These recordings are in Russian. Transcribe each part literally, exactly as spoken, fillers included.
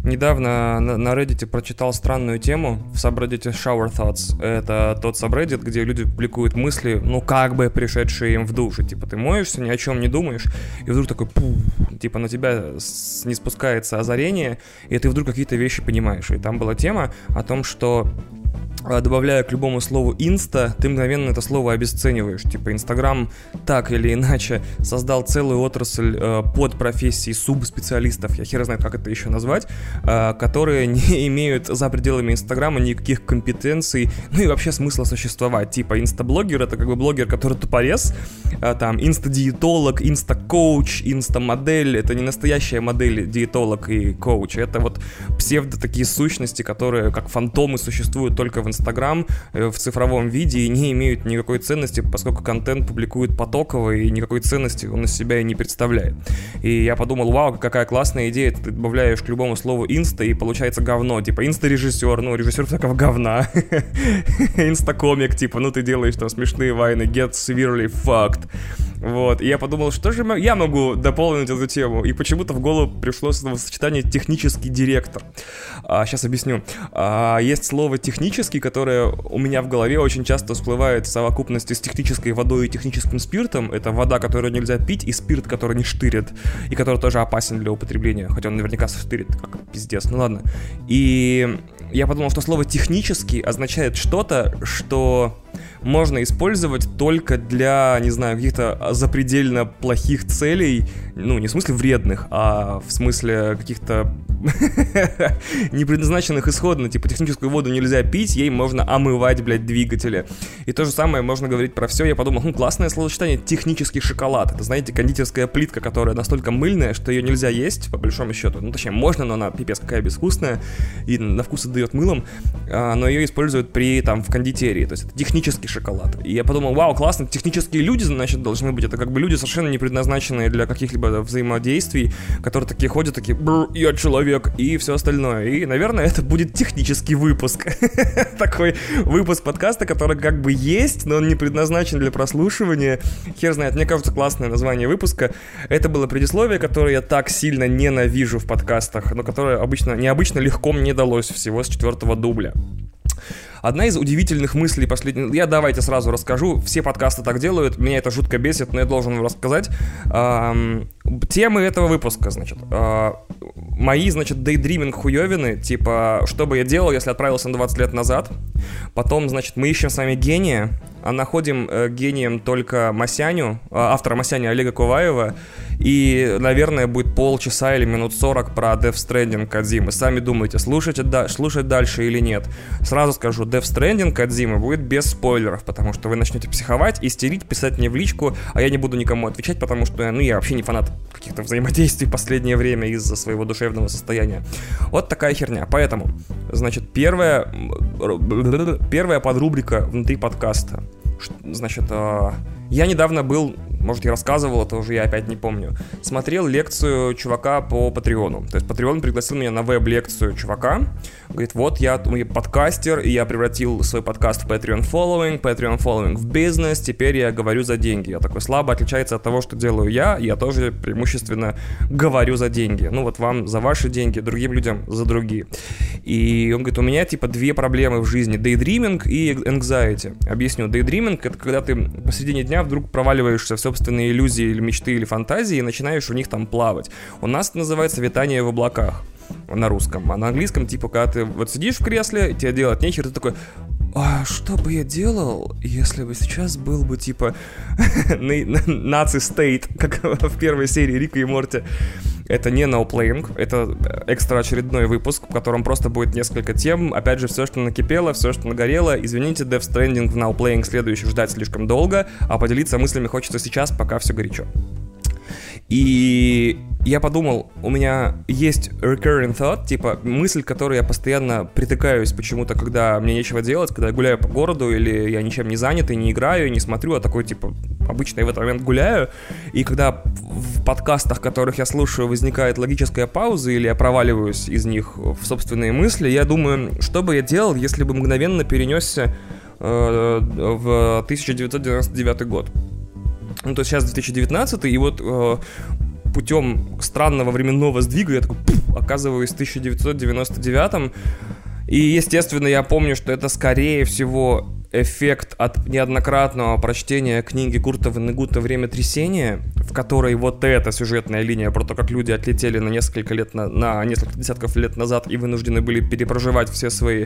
недавно на, на Reddit прочитал странную тему в сабреддите Shower Thoughts. Это тот сабреддит, где люди публикуют мысли, ну как бы пришедшие им в душу. Типа ты моешься, ни о чем не думаешь, и вдруг такой пух, типа на тебя с, не спускается озарение, и ты вдруг какие-то вещи понимаешь. И там была тема о том, что добавляя к любому слову «инста», ты мгновенно это слово обесцениваешь. Типа Инстаграм так или иначе создал целую отрасль э, под профессий субспециалистов, я хер знает, как это еще назвать, э, которые не имеют за пределами Инстаграма никаких компетенций, ну и вообще смысла существовать. Типа инстаблогер — это как бы блогер, который тупорез, э, там инстадиетолог, инстакоуч, инстамодель — это не настоящая модель диетолог и коуч, это вот псевдо такие сущности, которые как фантомы существуют только в Инстаграм в цифровом виде и не имеют никакой ценности, поскольку контент публикует потоково и никакой ценности он из себя и не представляет. И я подумал, вау, какая классная идея, ты добавляешь к любому слову инста и получается говно, типа инста-режиссер, ну режиссер такого говна, инстакомик, типа, ну ты делаешь там смешные вайны, get severely fucked. Вот, и я подумал, что же я могу дополнить эту тему, и почему-то в голову пришло словосочетание «технический директор». А, сейчас объясню. А, есть слово «технический», которое у меня в голове очень часто всплывает в совокупности с технической водой и техническим спиртом. Это вода, которую нельзя пить, и спирт, который не штырит, и который тоже опасен для употребления, хотя он наверняка штырит, как пиздец, ну ладно. И я подумал, что слово «технический» означает что-то, что можно использовать только для, не знаю, каких-то запредельно плохих целей, ну, не в смысле вредных, а в смысле каких-то не предназначенных исходно, типа техническую воду нельзя пить, ей можно омывать, блядь, двигатели. И то же самое можно говорить про все. Я подумал, хм, классное словосочетание «технический шоколад». Это, знаете, кондитерская плитка, которая настолько мыльная, что ее нельзя есть, по большому счету. Ну, точнее, можно, но она пипец какая безвкусная и на вкус отдает мылом, но ее используют при, там, в кондитерии. То есть это технический шоколад. И я подумал, вау, классно, технические люди, значит, должны быть. Это как бы люди совершенно не предназначенные для каких-либо взаимодействий, которые такие ходят, такие, бррр, я человек, и все остальное. И, наверное, это будет технический выпуск. Такой выпуск подкаста, который как бы есть, но он не предназначен для прослушивания. Хер знает, мне кажется, классное название выпуска. Это было предисловие, которое я так сильно ненавижу в подкастах, но которое обычно, необычно легко мне далось всего с четвертого дубля. Одна из удивительных мыслей последних... Я давайте сразу расскажу. Все подкасты так делают. Меня это жутко бесит, но я должен вам рассказать. Эм, темы этого выпуска, значит. Э, мои, значит, дейдриминг хуёвины. Типа, что бы я делал, если отправился на двадцать лет назад. Потом, значит, мы ищем с вами гения. А находим э, гением только Масяню, э, автора Масяни Олега Куваева. И, наверное, будет полчаса или минут сорок про Death Stranding Кодзимы. Сами думайте, слушать, да, слушать дальше или нет. Сразу скажу, Death Stranding Кодзимы будет без спойлеров, потому что вы начнете психовать, истерить, писать мне в личку, а я не буду никому отвечать, потому что, ну, я вообще не фанат каких-то взаимодействий в последнее время из-за своего душевного состояния. Вот такая херня. Поэтому, значит, первая, первая подрубрика внутри подкаста. Значит, я недавно был, может, я рассказывал, это уже я опять не помню, смотрел лекцию чувака по Патреону. То есть Патреон пригласил меня на веб-лекцию чувака. Говорит, вот я подкастер, и я превратил свой подкаст в Patreon Following, Patreon Following в бизнес, теперь я говорю за деньги. Я такой, слабо отличается от того, что делаю я, я тоже преимущественно говорю за деньги. Ну вот вам за ваши деньги, другим людям за другие. И он говорит, у меня типа две проблемы в жизни, daydreaming и anxiety. Объясню, daydreaming — это когда ты посредине дня вдруг проваливаешься в собственные иллюзии или мечты или фантазии и начинаешь в них там плавать. У нас это называется витание в облаках на русском, а на английском типа когда ты вот сидишь в кресле, тебе делать нехер, ты такой, а что бы я делал, если бы сейчас был бы типа наци-стейт, как в первой серии Рика и Морти. Это не No Playing, это экстра очередной выпуск, в котором просто будет несколько тем. Опять же, все, что накипело, все, что нагорело. Извините, Death Stranding в No Playing следующий ждать слишком долго, а поделиться мыслями хочется сейчас, пока все горячо. И я подумал, у меня есть recurring thought, типа мысль, к которой я постоянно притыкаюсь почему-то, когда мне нечего делать, когда я гуляю по городу, или я ничем не занят, и не играю, и не смотрю, а такой, типа, обычно я в этот момент гуляю, и когда в подкастах, которых я слушаю, возникает логическая пауза, или я проваливаюсь из них в собственные мысли, я думаю, что бы я делал, если бы мгновенно перенесся э, в тысяча девятьсот девяносто девятый год. Ну, то есть сейчас две тысячи девятнадцатый, и вот э, путем странного временного сдвига я такой, пфф, оказываюсь в тысяча девятьсот девяносто девятом. И, естественно, я помню, что это, скорее всего, эффект от неоднократного прочтения книги Курта Воннегута «Время трясения», в которой вот эта сюжетная линия про то, как люди отлетели на несколько лет, на, на несколько десятков лет назад и вынуждены были перепроживать все свои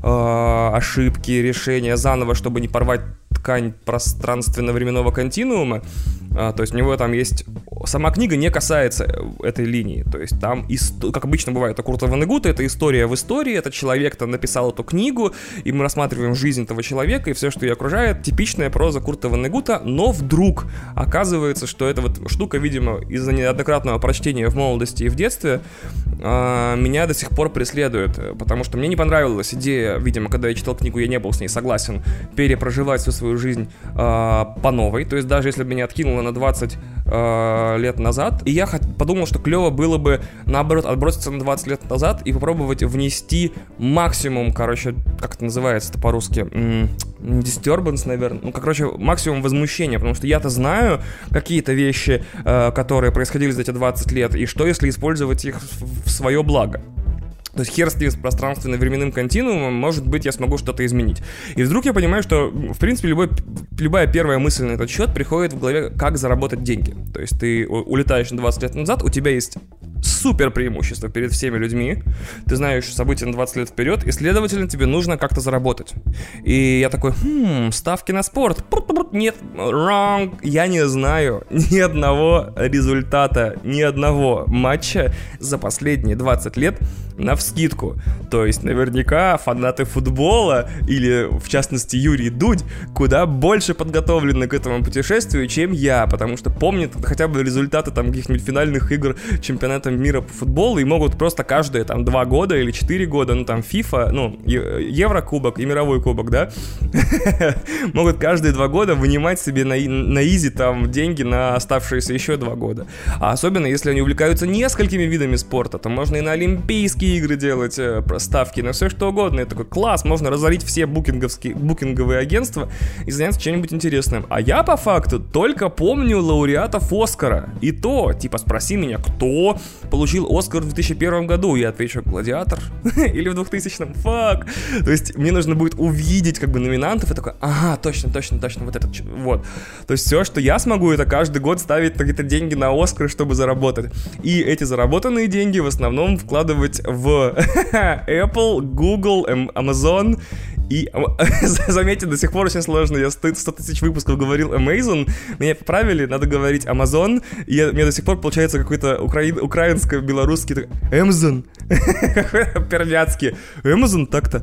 э, ошибки, решения заново, чтобы не порвать ткань пространственно-временного континуума. А, то есть у него там есть... Сама книга не касается этой линии. То есть там, ист... как обычно бывает у Курта Воннегута, это история в истории, этот человек-то написал эту книгу, и мы рассматриваем жизнь этого человека, и все, что ее окружает, типичная проза Курта Воннегута, но вдруг оказывается, что эта вот штука, видимо, из-за неоднократного прочтения в молодости и в детстве, а, меня до сих пор преследует, потому что мне не понравилась идея, видимо, когда я читал книгу, я не был с ней согласен, перепроживать всю свою жизнь а, по новой, то есть даже если бы меня откинуло на двадцать а, лет назад, и я подумал, что клево было бы, наоборот, отброситься на двадцать лет назад и попробовать внести максимум, короче, как это называется-то по-русски, м- disturbance, наверное, ну, короче, максимум возмущения, потому что я-то знаю какие-то вещи, э, которые происходили за эти двадцать лет, и что, если использовать их в, в свое благо. То есть хер с ним, с пространственно-временным континуумом, может быть, я смогу что-то изменить. И вдруг я понимаю, что, в принципе, любой, любая первая мысль на этот счет приходит в голове, как заработать деньги. То есть ты улетаешь на двадцать лет назад, у тебя есть супер преимущество перед всеми людьми, ты знаешь события на двадцать лет вперед, и, следовательно, тебе нужно как-то заработать. И я такой, хм, ставки на спорт. Нет, wrong. Я не знаю ни одного результата, ни одного матча за последние двадцать лет навскидку. То есть наверняка фанаты футбола, или в частности Юрий Дудь, куда больше подготовлены к этому путешествию, чем я, потому что помнят хотя бы результаты там каких-нибудь финальных игр чемпионата мира по футболу и могут просто каждые там два года или четыре года, ну там FIFA, ну Еврокубок и мировой кубок, да, могут каждые два года вынимать себе на, на изи там деньги на оставшиеся еще два года. А особенно если они увлекаются несколькими видами спорта, то можно и на олимпийские игры делать э, ставки, на все что угодно. Это такой класс, можно разорить все букинговские, букинговые агентства и заняться чем-нибудь интересным. А я по факту только помню лауреатов Оскара. И то, типа, спроси меня, кто получил Оскар в две тысячи первом году? Я отвечу, Гладиатор. Или в двухтысячном. Фак. То есть мне нужно будет увидеть как бы номинантов и такой, ага, точно, точно, точно, вот этот, вот. То есть все, что я смогу, это каждый год ставить какие-то деньги на Оскар, чтобы заработать. И эти заработанные деньги в основном вкладывать в Apple, Google, Amazon. И, заметьте, до сих пор очень сложно. Я сто тысяч выпусков говорил Amazon, меня поправили, надо говорить Amazon. И я, мне до сих пор получается какой-то украин, украинско-белорусский так, Amazon. Какой-то пермяцкий. Amazon так-то.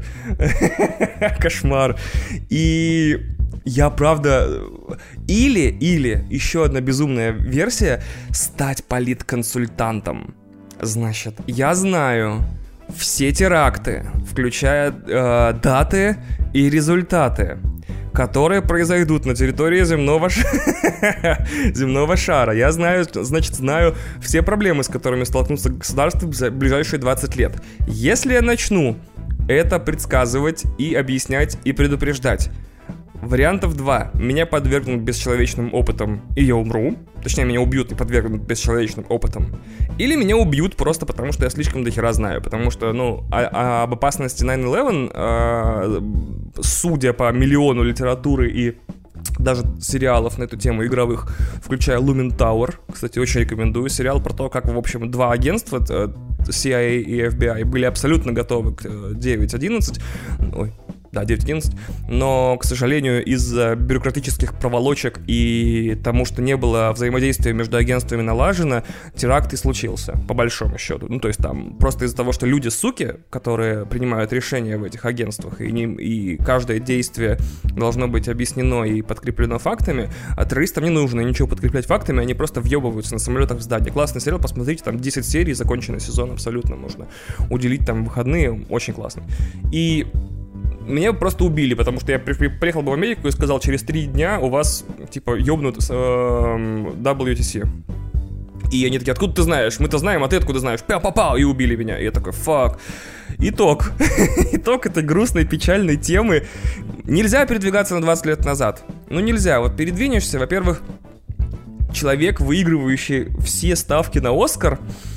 Кошмар. И я правда... Или, или, еще одна безумная версия, стать политконсультантом. Значит, я знаю все теракты, включая э, даты и результаты, которые произойдут на территории земного, ш... земного шара. Я знаю, значит, знаю все проблемы, с которыми столкнутся государства в ближайшие двадцать лет. Если я начну это предсказывать и объяснять и предупреждать, вариантов два. Меня подвергнут бесчеловечным опытом, и я умру. Точнее, меня убьют и подвергнут бесчеловечным опытом. Или меня убьют просто потому, что я слишком дохера знаю. Потому что, ну, а, а об опасности найн элевен, а, судя по миллиону литературы и даже сериалов на эту тему игровых, включая Lumen Tower, кстати, очень рекомендую, сериал про то, как, в общем, два агентства, си ай эй и эф би ай, были абсолютно готовы к девять одиннадцать. Ой. Да, девять одиннадцать, но, к сожалению, из-за бюрократических проволочек и тому, что не было взаимодействия между агентствами налажено, теракт и случился, по большому счету. Ну, то есть там просто из-за того, что люди суки, которые принимают решения в этих агентствах, и, не, и каждое действие должно быть объяснено и подкреплено фактами, а террористам не нужно ничего подкреплять фактами, они просто въебываются на самолетах в здание. Классный сериал, посмотрите, там десять серий, законченный сезон, абсолютно можно уделить там выходные, очень классно. И меня просто убили, потому что я при- при- приехал бы в Америку и сказал, через три дня у вас, типа, ёбнут э, дабл ю ти си. И они такие, откуда ты знаешь? Мы-то знаем, а ты откуда знаешь? Пя-па-па! И убили меня. И я такой, фак. Итог. Итог этой грустной, печальной темы. Нельзя передвигаться на двадцать лет назад. Ну, нельзя. Вот передвинешься, во-первых, человек, выигрывающий все ставки на Оскар,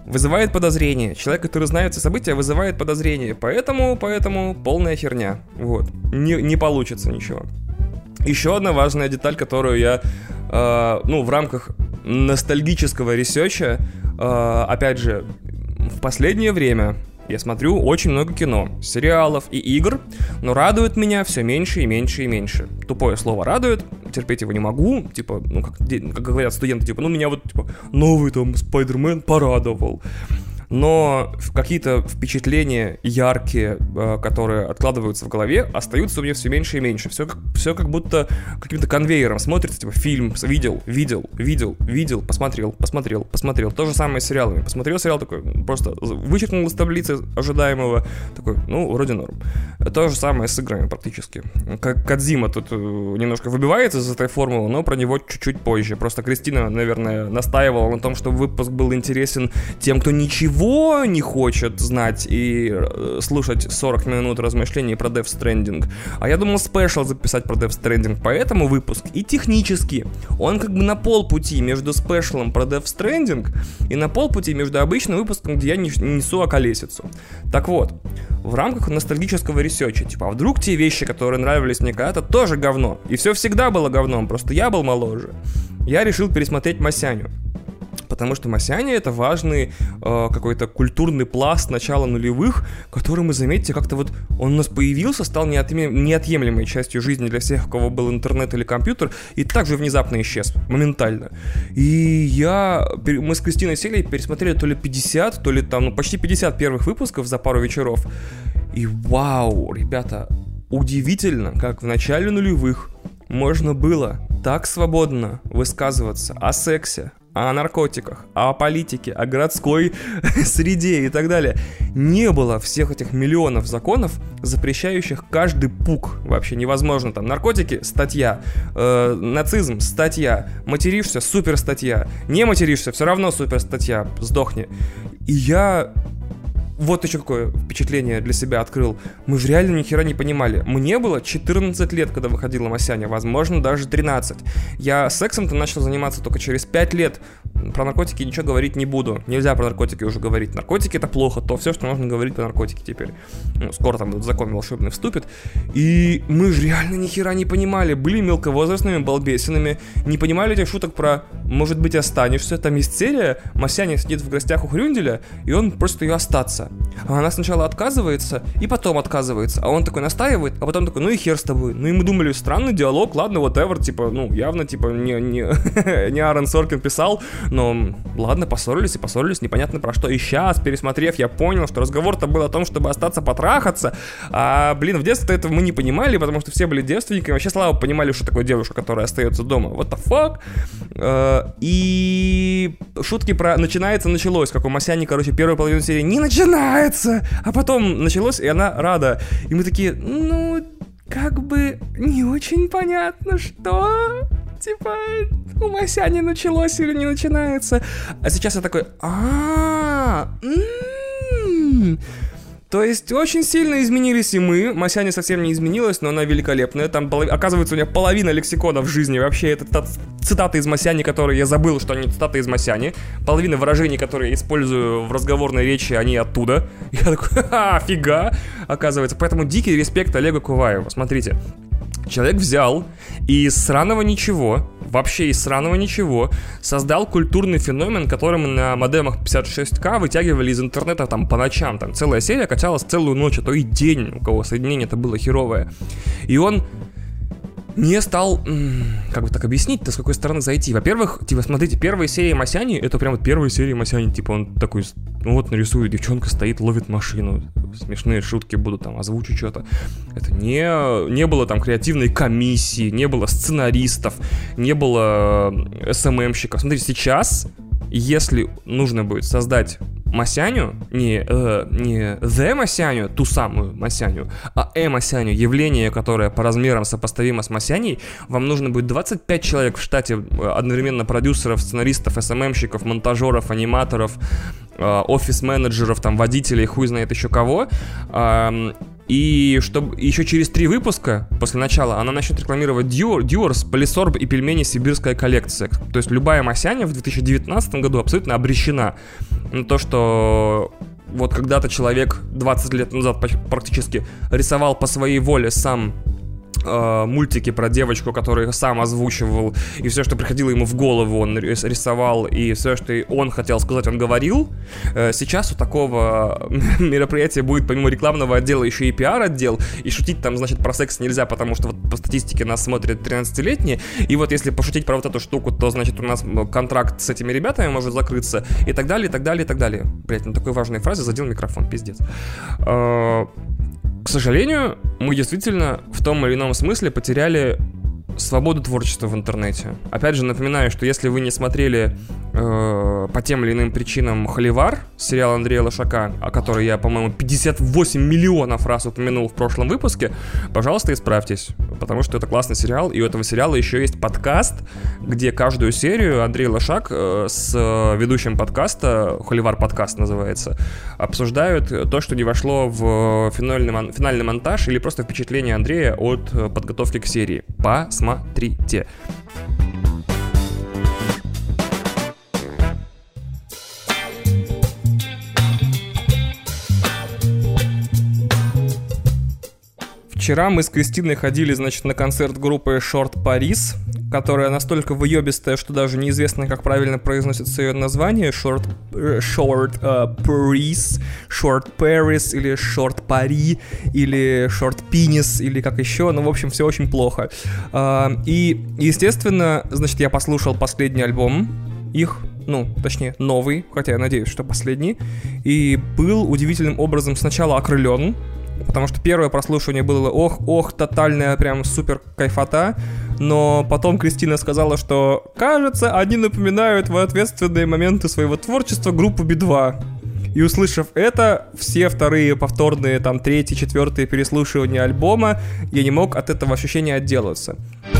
вызывает подозрение. Человек, который знает все события, вызывает подозрение. Поэтому, поэтому полная херня. Вот. Не, не получится ничего. Еще одна важная деталь, которую я, э, ну, в рамках ностальгического ресерча, э, опять же, в последнее время я смотрю очень много кино, сериалов и игр, но радует меня все меньше и меньше и меньше. Тупое слово радует, терпеть его не могу, типа, ну, как, как говорят студенты, типа, ну, меня вот, типа, новый там Спайдермен порадовал. Но какие-то впечатления яркие, которые откладываются в голове, остаются у меня все меньше и меньше. Все как, все как будто каким-то конвейером смотрится, типа фильм, видел, видел, видел, видел, посмотрел, посмотрел, посмотрел. То же самое с сериалами. Посмотрел сериал такой, просто вычеркнул из таблицы ожидаемого, такой, ну, вроде норм. То же самое с играми практически. Как Кодзима тут немножко выбивается из этой формулы, но про него чуть-чуть позже. Просто Кристина, наверное, настаивала на том, что выпуск был интересен тем, кто ничего не хочет знать и слушать сорок минут размышлений про Death Stranding. А я думал спешл записать про Death Stranding, поэтому выпуск и технически он как бы на полпути между спешлом про Death Stranding и на полпути между обычным выпуском, где я несу околесицу. Так вот, в рамках ностальгического ресерча, типа, а вдруг те вещи, которые нравились мне когда-то, тоже говно. И все всегда было говном, просто я был моложе. Я решил пересмотреть Масяню. Потому что Масяня — это важный э, какой-то культурный пласт начала нулевых, который, мы, заметьте, как-то вот он у нас появился, стал неотъем... неотъемлемой частью жизни для всех, у кого был интернет или компьютер, и также внезапно исчез, моментально. И я... Мы с Кристиной сели и пересмотрели то ли пятьдесят, то ли там, ну, почти пятьдесят первых выпусков за пару вечеров. И вау, ребята, удивительно, как в начале нулевых можно было так свободно высказываться о сексе, о наркотиках, о политике, о городской среде и так далее. Не было всех этих миллионов законов, запрещающих каждый пук. Вообще невозможно. Там наркотики — статья, э, нацизм — статья, материшься — супер статья, не материшься — все равно супер статья, сдохни. И я... Вот еще какое впечатление для себя открыл. Мы же реально ни хера не понимали. Мне было четырнадцать лет, когда выходила Масяня, возможно, даже тринадцать. Я сексом-то начал заниматься только через пять лет. Про наркотики ничего говорить не буду. Нельзя про наркотики уже говорить. Наркотики — это плохо, то все, что можно говорить про наркотики теперь. Ну, скоро там этот закон волшебный вступит. И мы же реально ни хера не понимали. Были мелковозрастными балбесинами, не понимали этих шуток про «может быть, останешься». Там есть серия, Масяня сидит в гостях у Хрюнделя, и он просит ее остаться. А она сначала отказывается, и потом отказывается. А он такой настаивает, а потом такой, ну и хер с тобой. Ну и мы думали, странный диалог, ладно, whatever, типа, ну, явно, типа, не, не, не Аарон Соркин писал, но ладно, поссорились и поссорились, непонятно про что. И сейчас, пересмотрев, я понял, что разговор-то был о том, чтобы остаться потрахаться. А, блин, в детстве этого мы не понимали, потому что все были девственниками. Вообще, слава, понимали, что такое девушка, которая остается дома. What the fuck? Uh, и шутки про начинается, началось, как у Масяни, короче, первую половину серии не начинается, а потом началось, и она рада. И мы такие, ну, как бы не очень понятно, что... Типа, у Масяни началось или не начинается. А сейчас я такой, а то есть очень сильно изменились и мы. Масяня совсем не изменилась, но она великолепная. Там, оказывается, у меня половина лексикона в жизни вообще это цитаты из Масяни, которые я забыл, что они цитаты из Масяни. Половина выражений, которые я использую в разговорной речи, они оттуда. Я такой, ха-ха, фига, оказывается. Поэтому дикий респект Олегу Куваеву. Смотрите. Человек взял и из сраного ничего, вообще из сраного ничего, создал культурный феномен, который мы на модемах пятьдесят шесть ка вытягивали из интернета там по ночам. Там целая серия качалась целую ночь, а то и день, у кого соединение-то было херовое. И он не стал, как бы так объяснить-то, с какой стороны зайти. Во-первых, типа, смотрите, первые серии Масяни, это прям вот первые серии Масяни, типа, он такой, ну вот нарисует, девчонка стоит, ловит машину, смешные шутки будут, там, озвучу что-то. Это не, не было там креативной комиссии, не было сценаристов, не было эс эм эм-щиков. Смотрите, сейчас, если нужно будет создать Масяню, не, э, не The Масяню, ту самую Масяню, а Э Масяню, явление, которое по размерам сопоставимо с Масяней, вам нужно будет двадцать пять человек в штате, одновременно продюсеров, сценаристов, эс эм эм-щиков, монтажеров, аниматоров, э, офис-менеджеров, там, водителей, хуй знает еще кого. Э, И чтобы еще через три выпуска после начала она начнет рекламировать Дьюорс, Полисорб и пельмени «Сибирская коллекция». То есть любая Масяня в две тысячи девятнадцатом году абсолютно обречена на то, что вот когда-то человек двадцать лет назад практически рисовал по своей воле сам мультики про девочку, которую сам озвучивал, и все, что приходило ему в голову, он рисовал, и все, что он хотел сказать, он говорил. Сейчас у такого мероприятия будет помимо рекламного отдела еще и пиар-отдел, и шутить там, значит, про секс нельзя, потому что вот по статистике нас смотрят тринадцатилетние, и вот если пошутить про вот эту штуку, то, значит, у нас контракт с этими ребятами может закрыться, и так далее, и так далее, и так далее. Блять, на такой важной фразе задел микрофон, пиздец. К сожалению, мы действительно в том или ином смысле потеряли свободу творчества в интернете. Опять же, напоминаю, что если вы не смотрели э, по тем или иным причинам «Холивар», сериал Андрея Лошака, о котором я, по-моему, пятьдесят восемь миллионов раз упомянул в прошлом выпуске, пожалуйста, исправьтесь, потому что это классный сериал, и у этого сериала еще есть подкаст, где каждую серию Андрей Лошак э, с ведущим подкаста, «Холивар подкаст» называется, обсуждают то, что не вошло в финальный, финальный монтаж или просто впечатление Андрея от подготовки к серии. Посмотрите. Смотрите. Вчера мы с Кристиной ходили, значит, на концерт группы Short Paris, которая настолько выебистая, что даже неизвестно, как правильно произносится ее название. Short, short uh, Paris, Short Paris, или Short Paris, или Short Penis, или как еще. Ну, в общем, все очень плохо. Uh, и, естественно, значит, я послушал последний альбом их, ну, точнее, новый, хотя я надеюсь, что последний, и был удивительным образом сначала окрылен, потому что первое прослушивание было ох-ох, тотальная прям супер кайфота, но потом Кристина сказала, что, кажется, они напоминают в ответственные моменты своего творчества группу би два. И услышав это, все вторые повторные, там, третьи, четвертые переслушивания альбома, я не мог от этого ощущения отделаться.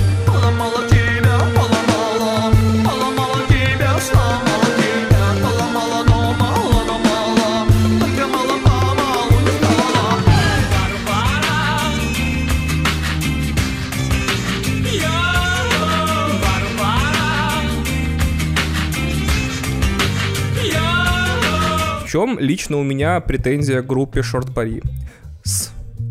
В чем лично у меня претензия к группе Short Paris? С...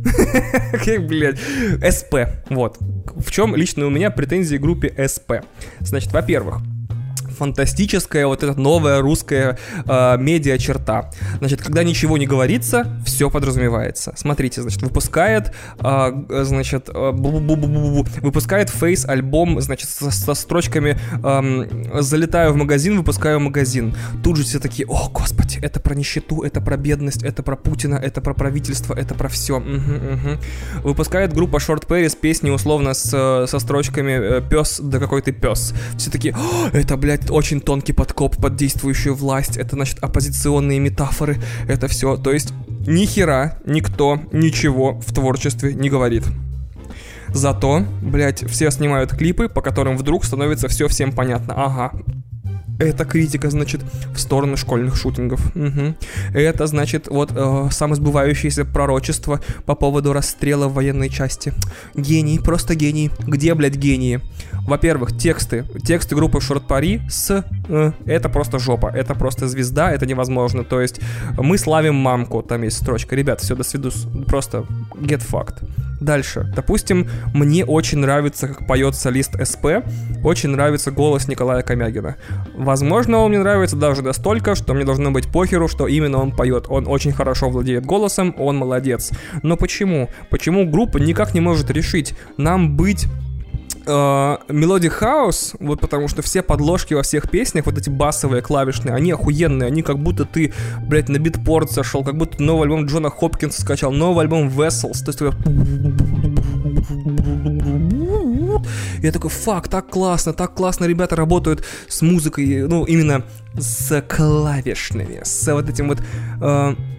Блядь. СП. Вот. В чем лично у меня претензии к группе СП? Значит, во-первых, фантастическая вот эта новая русская э, медиа-черта. Значит, когда ничего не говорится, все подразумевается. Смотрите, значит, выпускает, э, значит, э, выпускает фейс-альбом, значит, со, со строчками э, «Залетаю в магазин, выпускаю магазин». Тут же все такие: о, господи, это про нищету, это про бедность, это про Путина, это про правительство, это про все. Угу, угу. Выпускает группа Short Paris песни условно с, со строчками «Пес, да какой ты пес». Все такие: о, это, блядь, очень тонкий подкоп под действующую власть, это, значит, оппозиционные метафоры, это все. То есть ни хера никто ничего в творчестве не говорит. Зато, блядь, все снимают клипы, по которым вдруг становится все всем понятно. Ага. Это критика, значит, в сторону школьных шутингов. Угу. Это, значит, вот э, самосбывающееся пророчество по поводу расстрела в военной части. Гений, просто гений. Где, блядь, гении? Во-первых, тексты. Тексты группы Short Paris с... Э, это просто жопа. Это просто звезда, это невозможно. То есть мы славим мамку. Там есть строчка. Ребят, все, до свидус. Просто get fucked. Дальше. Допустим, мне очень нравится, как поет солист СП. Очень нравится голос Николая Комягина. Возможно, он мне нравится даже настолько, что мне должно быть похеру, что именно он поет. Он очень хорошо владеет голосом, он молодец. Но почему? Почему группа никак не может решить нам быть... Мелоди хаус, вот потому что все подложки во всех песнях, вот эти басовые, клавишные, они охуенные, они как будто ты, блядь, на битпорт зашел, как будто новый альбом Джона Хопкинса скачал, новый альбом Vessels, то есть я такой: фак, так классно, так классно ребята работают с музыкой, ну, именно с клавишными, с вот этим вот... Э,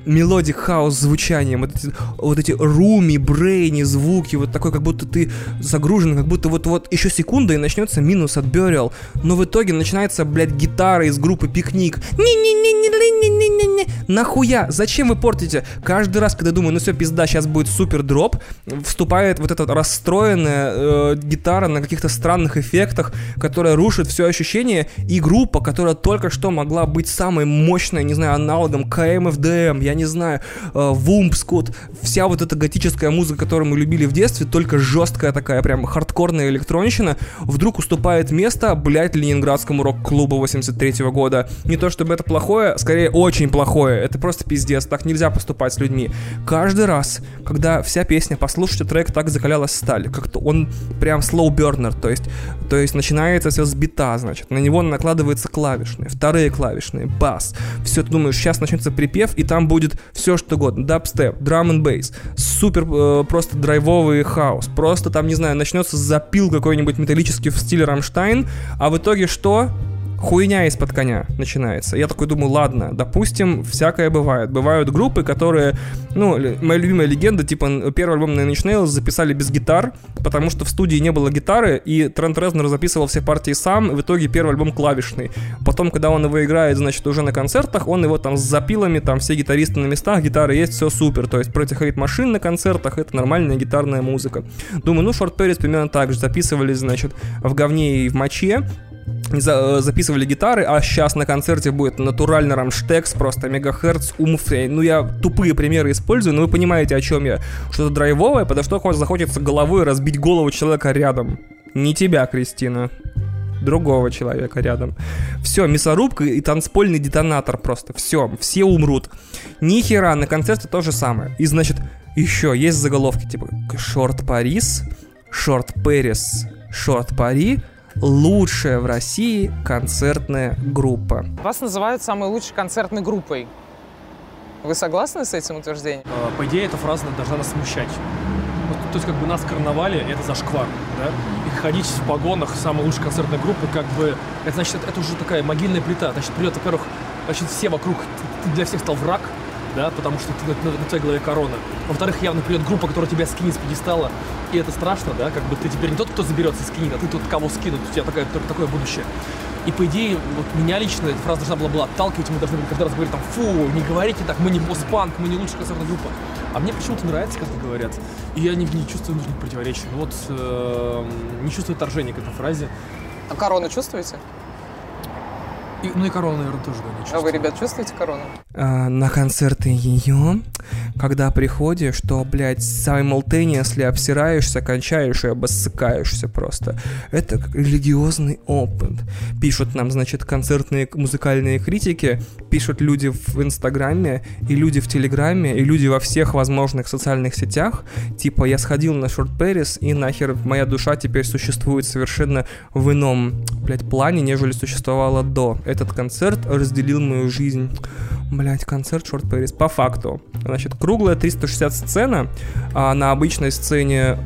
мелодик хаус звучанием, вот эти, вот эти руми, брейни звуки, вот такой, как будто ты загружен, как будто вот-вот еще секунда и начнется минус от Burial, но в итоге начинается, блядь, гитара из группы Пикник. Не-не-не-не-не-не-не-не. Нахуя? Зачем вы портите? Каждый раз, когда думаю, ну все, пизда, сейчас будет супер дроп, вступает вот эта расстроенная э, гитара на каких-то странных эффектах, которая рушит все ощущение, и группа, которая только что могла быть самой мощной, не знаю, аналогом ка эм эф дэ эм, я не знаю, э, Вумпскот, вся вот эта готическая музыка, которую мы любили в детстве, только жесткая такая, прям хардкорная электронщина, вдруг уступает место, блядь, ленинградскому рок-клубу восемьдесят третьего года. Не то чтобы это плохое, скорее очень плохое, это просто пиздец, так нельзя поступать с людьми. Каждый раз, когда вся песня, послушайте трек «Так закалялась сталь», как-то он прям slow burner, то есть, то есть начинается все с бита, значит, на него накладываются клавишные, вторые клавишные, бас, все, ты думаешь, сейчас начнется припев, и там будет все что угодно, дабстеп, драм н бейс, супер э, просто драйвовый хаос, просто там, не знаю, начнется запил какой-нибудь металлический в стиле Рамштайн, а в итоге что? Хуйня из-под коня начинается. Я такой думаю, ладно, допустим, всякое бывает. Бывают группы, которые, ну, моя любимая легенда, типа, первый альбом Nine Inch Nails записали без гитар, потому что в студии не было гитары, и Трент Резнор записывал все партии сам, и в итоге первый альбом клавишный. Потом, когда он его играет, значит, уже на концертах, он его там с запилами, там все гитаристы на местах, гитары есть, все супер. То есть против хейт-машин на концертах, это нормальная гитарная музыка. Думаю, ну, Short Paris примерно так же. Записывались, значит, в говне и в моче, записывали гитары, а сейчас на концерте будет натурально Рамштекс, просто мегахерц, умфей. Ну, я тупые примеры использую, но вы понимаете, о чем я. Что-то драйвовое, подо что захочется головой разбить голову человека рядом. Не тебя, Кристина. Другого человека рядом. Все, мясорубка и танцпольный детонатор просто. Все, все умрут. Ни хера, на концерте то же самое. И, значит, еще есть заголовки, типа Short Paris, Short Paris, Short Paris, лучшая в России концертная группа. Вас называют самой лучшей концертной группой. Вы согласны с этим утверждением? По идее, эта фраза должна нас смущать. То есть, как бы нас карнавали, это зашквар, да? И ходить в погонах самой лучшей концертной группы, как бы, это значит, это, это уже такая могильная плита. Значит, придет, во-первых, значит, все вокруг, ты для всех стал враг, да, потому что ты, на, на твоей голове корона. Во-вторых, явно придет группа, которая тебя скинет с пьедестала, и это страшно, да, как бы ты теперь не тот, кто заберется и скинет, а ты тот, кого скинут, у тебя такое, такое будущее. И по идее, вот меня лично эта фраза должна была, была отталкивать, мы должны были каждый раз говорить там, фу, не говорите так, мы не постпанк, мы не лучшая концертная группа. А мне почему-то нравится, как это говорят, и я не, не чувствую нужных противоречий. Вот э, не чувствую отторжения к этой фразе. А корону чувствуете? И, ну и корону, наверное, тоже, да, не чувствую. А вы, ребят, чувствуете корону? А, на концерты ее, когда приходишь, то, блядь, simultaneously обсираешься, кончаешь и обоссыкаешься просто. Это как религиозный опыт. Пишут нам, значит, концертные музыкальные критики, пишут люди в Инстаграме, и люди в Телеграме, и люди во всех возможных социальных сетях. Типа, я сходил на Short Paris, и нахер моя душа теперь существует совершенно в ином, блядь, плане, нежели существовала до. Этот концерт разделил мою жизнь. Блять, концерт Short Paris. По факту. Значит, круглая триста шестьдесят сцена, а на обычной сцене...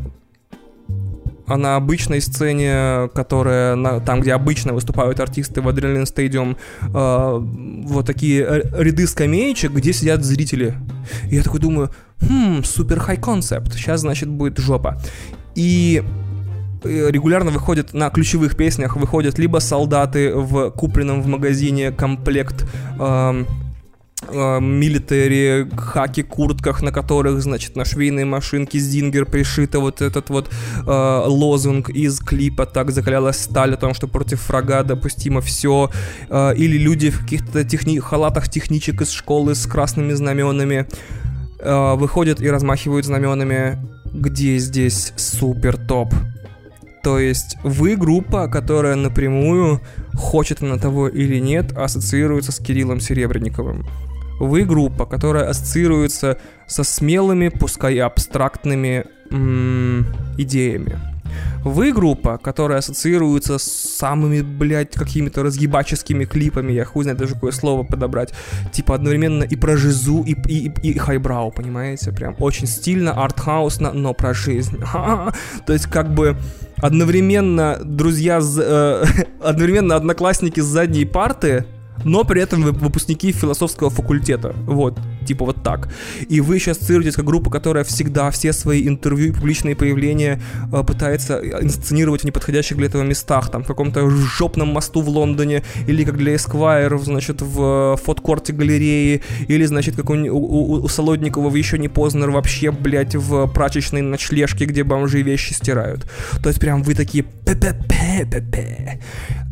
А на обычной сцене, которая на, там, где обычно выступают артисты в Adrenaline Stadium, э, вот такие ряды скамеечек, где сидят зрители. И я такой думаю, хм, супер хай концепт. Сейчас, значит, будет жопа. И... регулярно выходят на ключевых песнях, выходят либо солдаты в купленном в магазине комплект э, э, милитари, хаки, куртках, на которых, значит, на швейной машинке Зингер пришита вот этот вот э, лозунг из клипа «Так закалялась сталь», о том, что против врага допустимо все, э, или люди в каких-то техни- халатах техничек из школы с красными знаменами э, выходят и размахивают знаменами. Где здесь супер топ? То есть вы группа, которая напрямую, хочет она того или нет, ассоциируется с Кириллом Серебренниковым. Вы группа, которая ассоциируется со смелыми, пускай и абстрактными м- идеями. Вы группа, которая ассоциируется с самыми, блядь, какими-то разъебаческими клипами, я хуй знает даже какое слово подобрать, типа одновременно и про жизу, и, и, и, и хайбрау, понимаете, прям очень стильно, артхаусно, но про жизнь. То есть как бы одновременно друзья, э, одновременно одноклассники с задней парты, но при этом выпускники философского факультета, вот, типа вот так. И вы сейчас ассоциируетесь как группа, которая всегда все свои интервью и публичные появления э, пытается инсценировать в неподходящих для этого местах, там, в каком-то жопном мосту в Лондоне, или как для Esquire, значит, в фудкорте галереи, или, значит, как у, у, у Солодникова в «Еще не Познер» вообще, блядь, в прачечной ночлежке, где бомжи вещи стирают. То есть прям вы такие пэ-пэ-пэ-пэ-пэ.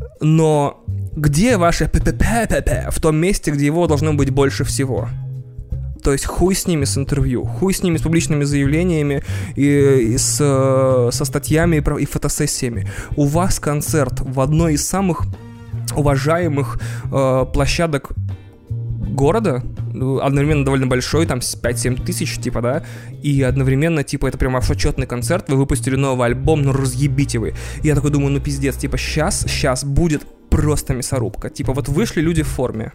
Но где ваше пэ-пэ-пэ-пэ-пэ в том месте, где его должно быть больше всего? То есть хуй с ними с интервью, хуй с ними с публичными заявлениями и, и с, со статьями и, и фотосессиями. У вас концерт в одной из самых уважаемых э, площадок города, одновременно довольно большой, там пять-семь тысяч, типа, да, и одновременно, типа, это прям ваш отчетный концерт, вы выпустили новый альбом, ну разъебите вы. И я такой думаю, ну пиздец, типа, сейчас, сейчас будет просто мясорубка. Типа, вот вышли люди в форме,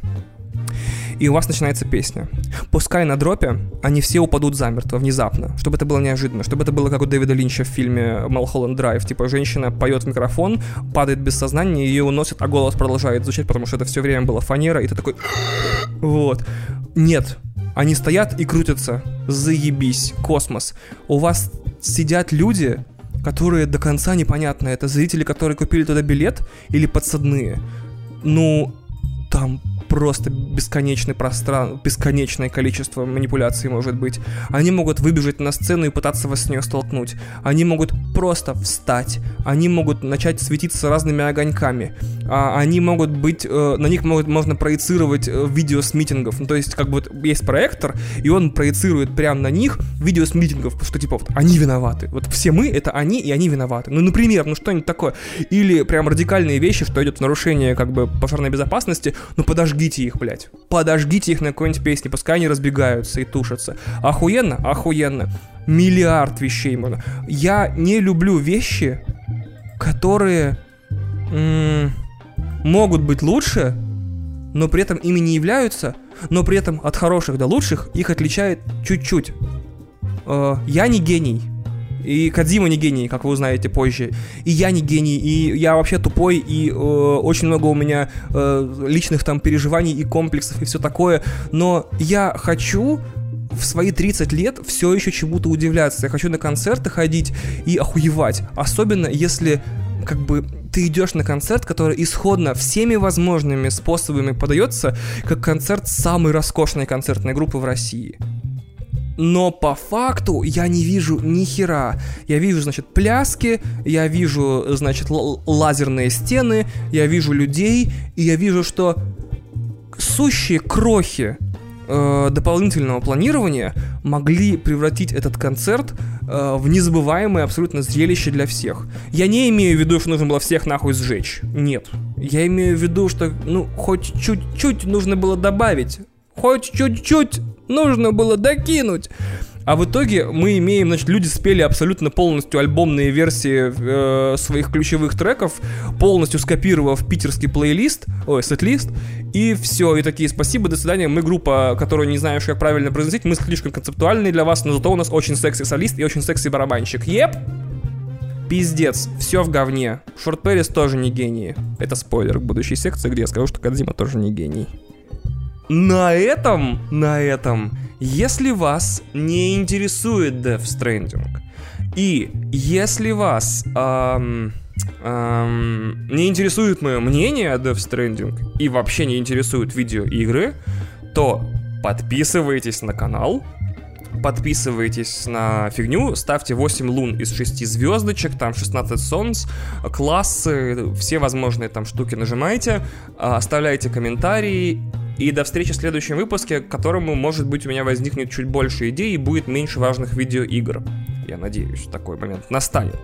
и у вас начинается песня. Пускай на дропе они все упадут замертво, внезапно, чтобы это было неожиданно, чтобы это было как у Дэвида Линча в фильме «Малхолланд Драйв». Типа, женщина поет в микрофон, падает без сознания, ее уносят, а голос продолжает звучать, потому что это все время была фанера, и ты такой... Вот. Нет. Они стоят и крутятся. Заебись. Космос. У вас сидят люди, которые до конца непонятно, это зрители, которые купили туда билет, или подсадные. Ну, там... просто бесконечный простран... бесконечное количество манипуляций может быть. Они могут выбежать на сцену и пытаться вас с нее столкнуть. Они могут просто встать. Они могут начать светиться разными огоньками. А они могут быть... Э, на них могут, можно проецировать э, видео с митингов. Ну, то есть, как бы вот есть проектор, и он проецирует прямо на них видео с митингов, что типа вот они виноваты. Вот все мы — это они, и они виноваты. Ну, например, ну что-нибудь такое. Или прям радикальные вещи, что идет в нарушение как бы пожарной безопасности. Ну, подожгите их, блядь. Подожгите их на какой-нибудь песне, пускай они разбегаются и тушатся. Охуенно? Охуенно. Миллиард вещей можно. Я не люблю вещи, которые м- могут быть лучше, но при этом ими не являются, но при этом от хороших до лучших их отличает чуть-чуть. Э- я не гений. И Кодзима не гений, как вы узнаете позже. И я не гений, и я вообще тупой, и э, очень много у меня э, личных там переживаний и комплексов, и все такое. Но я хочу в свои тридцать лет все еще чему-то удивляться. Я хочу на концерты ходить и охуевать. Особенно если как бы ты идешь на концерт, который исходно всеми возможными способами подается как концерт самой роскошной концертной группы в России. Но по факту я не вижу ни хера. Я вижу, значит, пляски, я вижу, значит, л- лазерные стены, я вижу людей, и я вижу, что сущие крохи э, дополнительного планирования могли превратить этот концерт э, в незабываемое абсолютно зрелище для всех. Я не имею в виду, что нужно было всех нахуй сжечь. Нет. Я имею в виду, что, ну, хоть чуть-чуть нужно было добавить. Хоть чуть-чуть нужно было докинуть. А в итоге мы имеем, значит, люди спели абсолютно полностью альбомные версии э, своих ключевых треков, полностью скопировав питерский плейлист, ой, сет-лист, и все, и такие: спасибо, до свидания, мы группа, которую не знаешь, как правильно произносить, мы слишком концептуальные для вас, но зато у нас очень секси солист и очень секси барабанщик. Еп! Пиздец, все в говне. Шорт Пэрис тоже не гений. Это спойлер к будущей секции, где я скажу, что Кодзима тоже не гений. На этом, на этом, если вас не интересует Death Stranding, и если вас эм, эм, не интересует мое мнение о Death Stranding, и вообще не интересуют видеоигры, то подписывайтесь на канал, подписывайтесь на фигню, ставьте восемь лун из шести звездочек, там шестнадцать солнц, классы, все возможные там штуки нажимайте, оставляйте комментарии. И до встречи в следующем выпуске, к которому, может быть, у меня возникнет чуть больше идей и будет меньше важных видеоигр. Я надеюсь, такой момент настанет.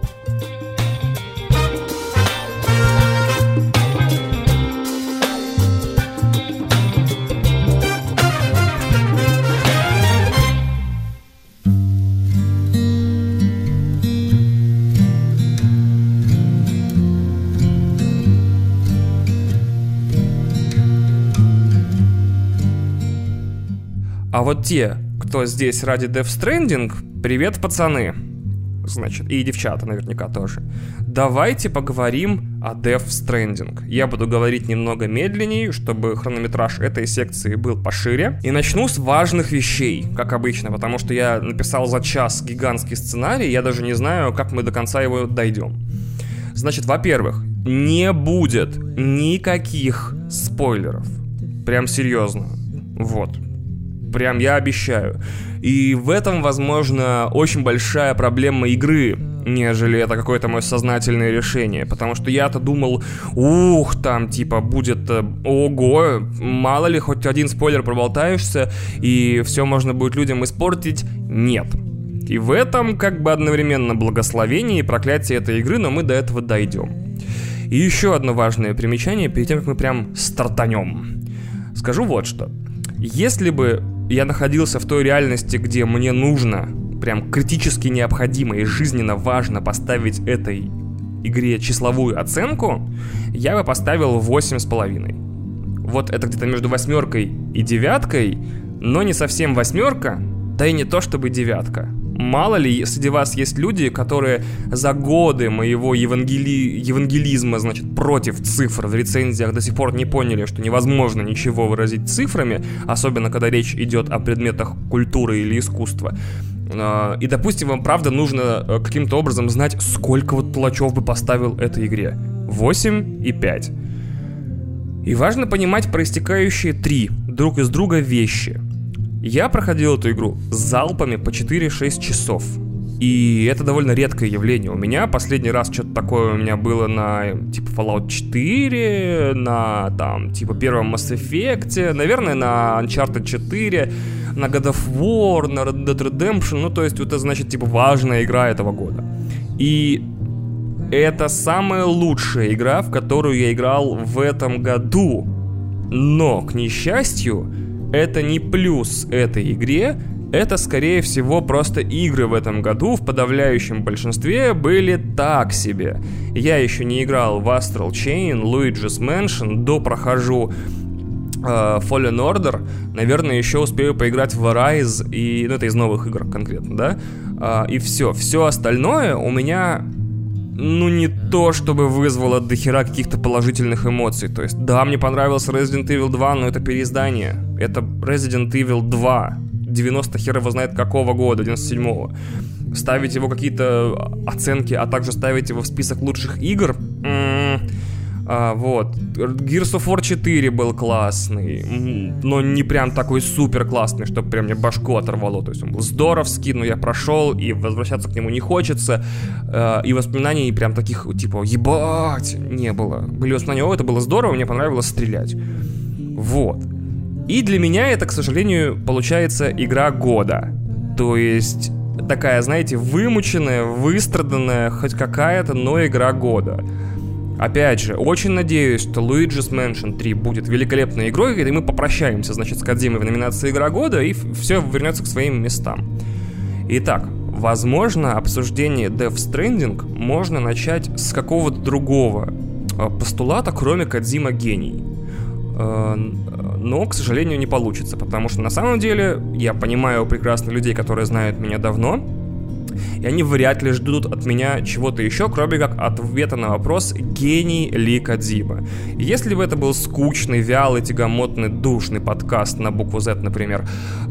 А вот те, кто здесь ради Death Stranding, привет, пацаны. значит, и девчата наверняка тоже. Давайте поговорим о Death Stranding. Я буду говорить немного медленнее, чтобы хронометраж этой секции был пошире. И начну с важных вещей, как обычно, потому что я написал за час гигантский сценарий, я даже не знаю, как мы до конца его дойдем. Значит, во-первых, не будет никаких спойлеров. Прям серьезно. Вот. Прям я обещаю. И в этом, возможно, очень большая проблема игры, нежели это какое-то мое сознательное решение. Потому что я-то думал, ух, там типа будет, ого, мало ли, хоть один спойлер проболтаешься, и все можно будет людям испортить. Нет. И в этом как бы одновременно благословение и проклятие этой игры, но мы до этого дойдем. И еще одно важное примечание перед тем, как мы прям стартанем. Скажу вот что. Если бы я находился в той реальности, где мне нужно, прям критически необходимо и жизненно важно поставить этой игре числовую оценку, я бы поставил восемь с половиной. Вот это где-то между восьмеркой и девяткой, но не совсем восьмерка, да и не то чтобы девятка. Мало ли, среди вас есть люди, которые за годы моего евангели... евангелизма, значит, против цифр в рецензиях до сих пор не поняли, что невозможно ничего выразить цифрами, особенно когда речь идет о предметах культуры или искусства. И, допустим, вам правда нужно каким-то образом знать, сколько вот Толачев бы поставил этой игре. восемь и пять. И важно понимать проистекающие три друг из друга вещи. Я проходил эту игру залпами по четыре-шесть часов. И это довольно редкое явление. У меня последний раз что-то такое у меня было на типа Fallout четыре, на там типа первом Mass Effect, наверное, на Uncharted четыре, на God of War, на Red Dead Redemption. Ну, то есть это значит типа важная игра этого года. И это самая лучшая игра, в которую я играл в этом году. Но, к несчастью, это не плюс этой игре, это, скорее всего, просто игры в этом году в подавляющем большинстве были так себе. Я еще не играл в Astral Chain, Luigi's Mansion, допрохожу э, Fallen Order, наверное, еще успею поиграть в Arise, и, ну, это из новых игр конкретно, да, э, и все. Все остальное у меня... Ну, не то, чтобы вызвало дохера каких-то положительных эмоций. То есть, да, мне понравился Resident Evil два, но это переиздание. Это Resident Evil два. девяносто хер его знает какого года, девяносто седьмого. Ставить его какие-то оценки, а также ставить его в список лучших игр... М-м- а, вот. Gears of War четыре был классный, но не прям такой супер классный, чтобы прям мне башку оторвало. То есть он был здоровский, но я прошел, и возвращаться к нему не хочется. А, и воспоминаний прям таких, типа, ебать, не было. Были воспоминания, о, это было здорово, мне понравилось стрелять. Вот. И для меня это, к сожалению, получается игра года. То есть такая, знаете, вымученная, выстраданная, хоть какая-то, но игра года. Опять же, очень надеюсь, что Luigi's Mansion три будет великолепной игрой, и мы попрощаемся, значит, с Кодзимой в номинации «Игра года», и все вернется к своим местам. Итак, возможно, обсуждение Death Stranding можно начать с какого-то другого постулата, кроме Кодзима гений. Но, к сожалению, не получится, потому что на самом деле я понимаю прекрасно людей, которые знают меня давно, и они вряд ли ждут от меня чего-то еще, кроме как ответа на вопрос, гений ли Кодзима. Если бы это был скучный, вялый, тягомотный, душный подкаст на букву Z, например,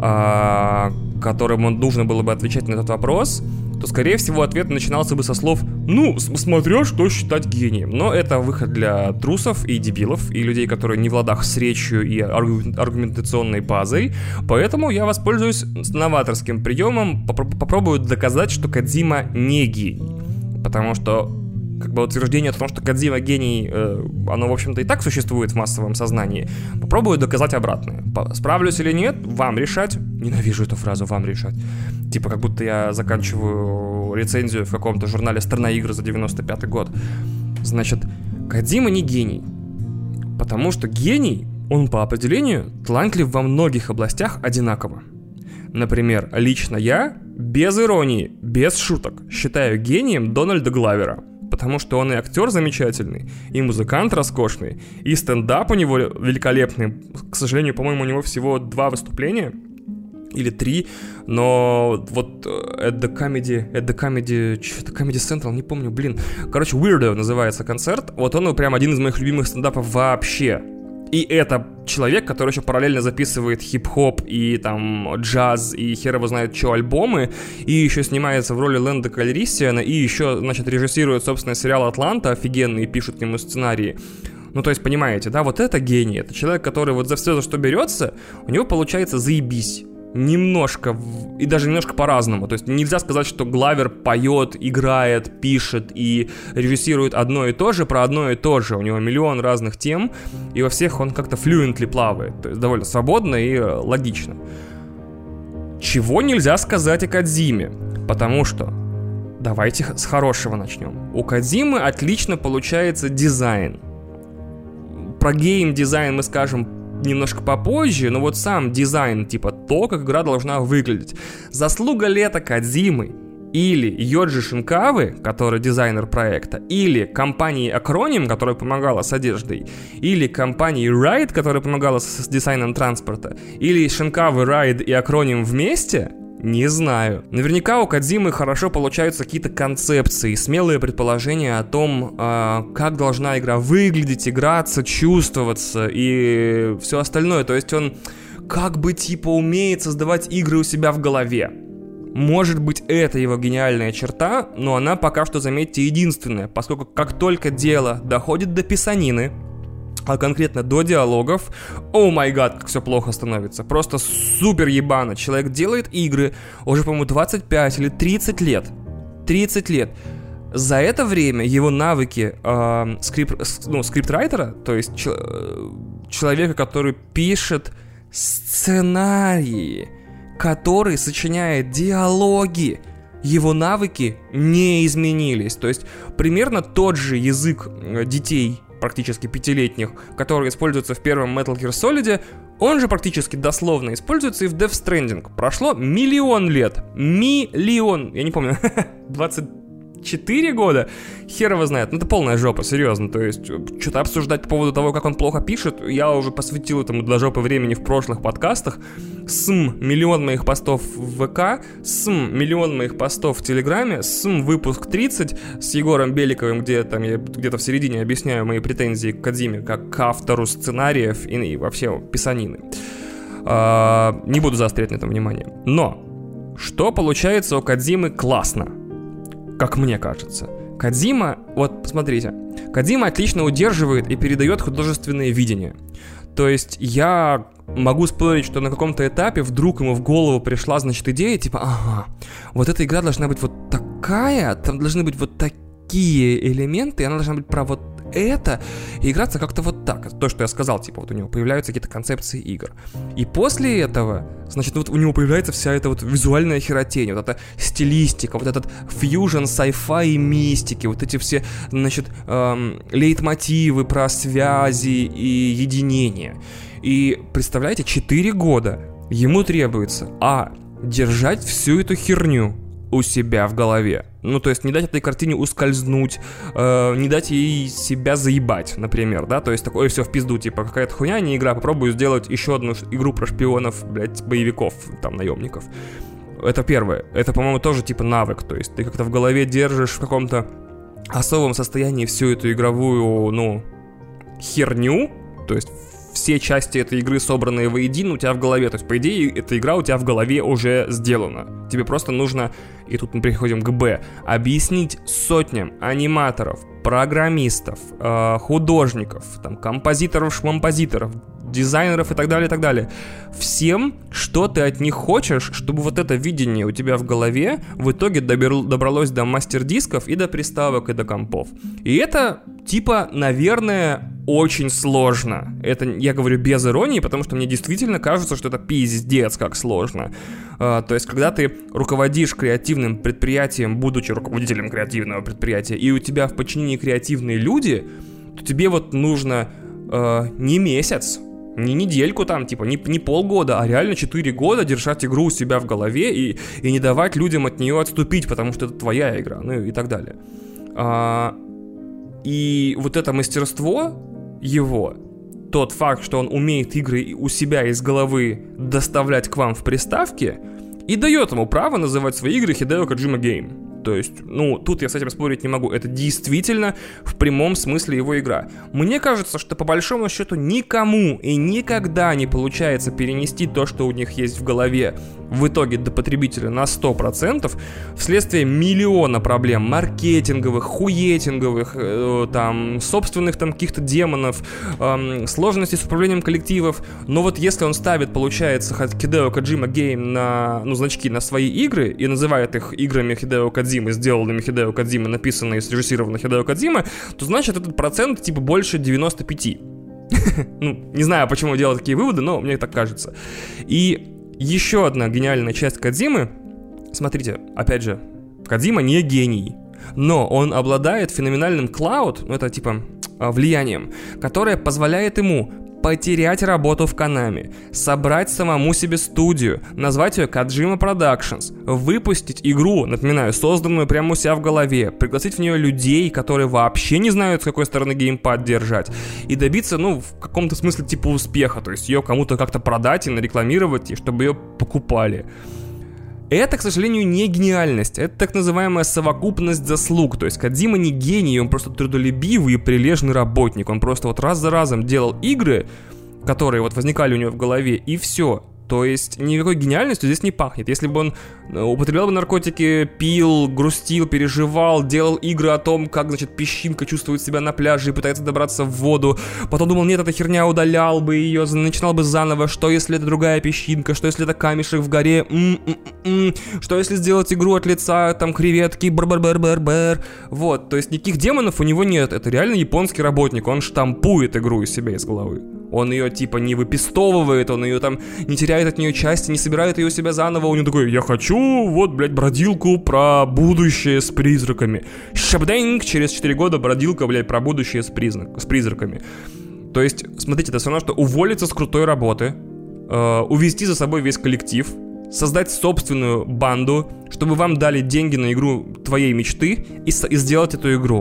которому нужно было бы отвечать на этот вопрос, то, скорее всего, ответ начинался бы со слов «ну, смотря что считать гением». Но это выход для трусов и дебилов, и людей, которые не в ладах с речью и аргументационной базой. Поэтому я воспользуюсь новаторским приемом, поп- попробую доказать, что Кодзима не гений. Потому что как бы утверждение о том, что Кодзима гений, э, оно, в общем-то, и так существует в массовом сознании. Попробую доказать обратное. Справлюсь или нет, вам решать. Ненавижу эту фразу «вам решать». Типа, как будто я заканчиваю рецензию в каком-то журнале «Страна игр» за девяносто пятый год. Значит, Кодзима не гений. Потому что гений, он по определению талантлив во многих областях одинаково. Например, лично я, без иронии, без шуток, считаю гением Дональда Главера. Потому что он и актер замечательный, и музыкант роскошный, и стендап у него великолепный. К сожалению, по-моему, у него всего два выступления. или три, но вот at the Comedy, at the Comedy, что-то Comedy Central, не помню, блин. Короче, Weirdo называется концерт, вот он прям один из моих любимых стендапов вообще. И это человек, который еще параллельно записывает хип-хоп и там джаз и хер его знает что альбомы, и еще снимается в роли Лэнда Кальрисиана, и еще, значит, режиссирует, собственно, сериал «Атланта» офигенный, и пишет к нему сценарии. Ну, то есть, понимаете, да, вот это гений, это человек, который вот за все, за что берется, у него получается заебись. Немножко, и даже немножко по-разному. То есть нельзя сказать, что Главер поет, играет, пишет и режиссирует одно и то же про одно и то же. У него миллион разных тем, и во всех он как-то fluently плавает. То есть довольно свободно и логично. Чего нельзя сказать о Кодзиме? Потому что, давайте с хорошего начнем. У Кодзимы отлично получается дизайн. Про гейм-дизайн мы скажем немножко попозже, но вот сам дизайн, типа то, как игра должна выглядеть. Заслуга лета Кодзимы или Йоджи Шинкавы, который дизайнер проекта, или компании Acronym, которая помогала с одеждой, или компании Ride, которая помогала с, с дизайном транспорта, или Шинкавы, Ride и Acronym вместе. Не знаю. Наверняка у Кодзимы хорошо получаются какие-то концепции, смелые предположения о том, э, как должна игра выглядеть, играться, чувствоваться и все остальное. То есть он как бы типа умеет создавать игры у себя в голове. Может быть, это его гениальная черта, но она пока что, заметьте, единственная, поскольку как только дело доходит до писанины, а конкретно до диалогов, о май гад, как все плохо становится. Просто супер ебано. Человек делает игры уже, по-моему, двадцать пять или тридцать лет. тридцать лет. За это время его навыки э, скрип, ну, скриптрайтера, то есть ч, человека, который пишет сценарии, который сочиняет диалоги, его навыки не изменились. То есть примерно тот же язык детей, практически пятилетних, которые используются в первом Metal Gear Solid, он же практически дословно используется и в Death Stranding. Прошло миллион лет. Миллион. Я не помню. двадцать четыре года? Хер его знает. Ну, это полная жопа, серьезно. То есть, что-то обсуждать по поводу того, как он плохо пишет, я уже посвятил этому до жопы времени в прошлых подкастах. См, миллион моих постов в ВК, см, миллион моих постов в Телеграме, см, выпуск тридцать с Егором Беликовым, где там я где-то в середине объясняю мои претензии к Кодзиме, как к автору сценариев и, и вообще писанины. А, не буду заострять на этом внимание. Но, что получается у Кодзимы классно, как мне кажется. Кодзима, вот посмотрите, Кодзима отлично удерживает и передает художественное видение. То есть я могу спорить, что на каком-то этапе вдруг ему в голову пришла, значит, идея, типа, ага, вот эта игра должна быть вот такая, там должны быть вот такие элементы, и она должна быть про вот это, и играться как-то вот так. То, что я сказал, типа, вот у него появляются какие-то концепции игр. И после этого, значит, вот у него появляется вся эта вот визуальная херотень, вот эта стилистика, вот этот фьюжн sci-fi и мистики, вот эти все, значит, эм, лейтмотивы про связи и единение. И, представляете, четыре года ему требуется, а, держать всю эту херню у себя в голове. Ну, то есть не дать этой картине ускользнуть, э, не дать ей себя заебать, например, да, то есть такое все в пизду, типа, какая-то хуйня, не игра, попробую сделать еще одну игру про шпионов, блядь, боевиков, там, наемников. Это первое. Это, по-моему, тоже типа навык, то есть ты как-то в голове держишь в каком-то особом состоянии всю эту игровую, ну, херню, то есть все части этой игры, собранные воедино, у тебя в голове. То есть, по идее, эта игра у тебя в голове уже сделана. Тебе просто нужно, и тут мы переходим к Б, объяснить сотням аниматоров, программистов, э, художников, там, композиторов, шмомпозиторов, дизайнеров и так далее, и так далее. Всем, что ты от них хочешь, чтобы вот это видение у тебя в голове в итоге добер... добралось до мастер-дисков и до приставок, и до компов. И это, типа, наверное, очень сложно. Это я говорю без иронии, потому что мне действительно кажется, что это пиздец как сложно. А, то есть, когда ты руководишь креативным предприятием, будучи руководителем креативного предприятия, и у тебя в подчинении креативные люди, то тебе вот нужно э, не месяц, не недельку там, типа, не, не полгода, а реально четыре года держать игру у себя в голове и, и не давать людям от нее отступить, потому что это твоя игра, ну и так далее. А, и вот это мастерство его тот факт, что он умеет игры у себя из головы доставлять к вам в приставке, и дает ему право называть свои игры Hideo Kojima Game. То есть, ну, тут я с этим спорить не могу. Это действительно в прямом смысле его игра. Мне кажется, что по большому счету никому и никогда не получается перенести то, что у них есть в голове, в итоге до потребителя на сто процентов вследствие миллиона проблем маркетинговых, хуетинговых, э, там, собственных там каких-то демонов, э, сложностей с управлением коллективов. Но вот если он ставит, получается, Hideo Kojima Game на, ну, значки на свои игры и называет их играми Hideo Kojima, сделанными Hideo Kojima, написанные и срежиссированные Hideo Kojima, то значит этот процент типа больше девяносто пять. Ну, не знаю, почему делать такие выводы, но мне так кажется. И еще одна гениальная часть Кодзимы. Смотрите, опять же, Кодзима не гений, но он обладает феноменальным клауд, ну это типа влиянием, которое позволяет ему потерять работу в Konami, собрать самому себе студию, назвать ее Kojima Productions, выпустить игру, напоминаю, созданную прямо у себя в голове, пригласить в нее людей, которые вообще не знают, с какой стороны геймпад держать, и добиться, ну, в каком-то смысле типа успеха, то есть ее кому-то как-то продать и нарекламировать, и чтобы ее покупали. Это, к сожалению, не гениальность, это так называемая совокупность заслуг. То есть Кодзима не гений, он просто трудолюбивый и прилежный работник. Он просто вот раз за разом делал игры, которые вот возникали у него в голове, и все. То есть никакой гениальностью здесь не пахнет. Если бы он употреблял бы наркотики, пил, грустил, переживал, делал игры о том, как, значит, песчинка чувствует себя на пляже и пытается добраться в воду, потом думал, нет, эта херня, удалял бы ее, начинал бы заново, что если это другая песчинка, что если это камешек в горе, м-м-м-м, что если сделать игру от лица, там, креветки, бр-бр-бр-бр-бр, вот, то есть никаких демонов у него нет, это реально японский работник, он штампует игру из себя из головы. Он ее типа не выпистовывает, он ее там не теряет от нее части, не собирает ее у себя заново. У него такой, я хочу, вот, блядь, бродилку про будущее с призраками. Шабдэнг, через четыре года бродилка, блядь, про будущее с, признак, с призраками. То есть, смотрите, это все равно, что уволиться с крутой работы, э, увести за собой весь коллектив, создать собственную банду, чтобы вам дали деньги на игру твоей мечты и, и сделать эту игру.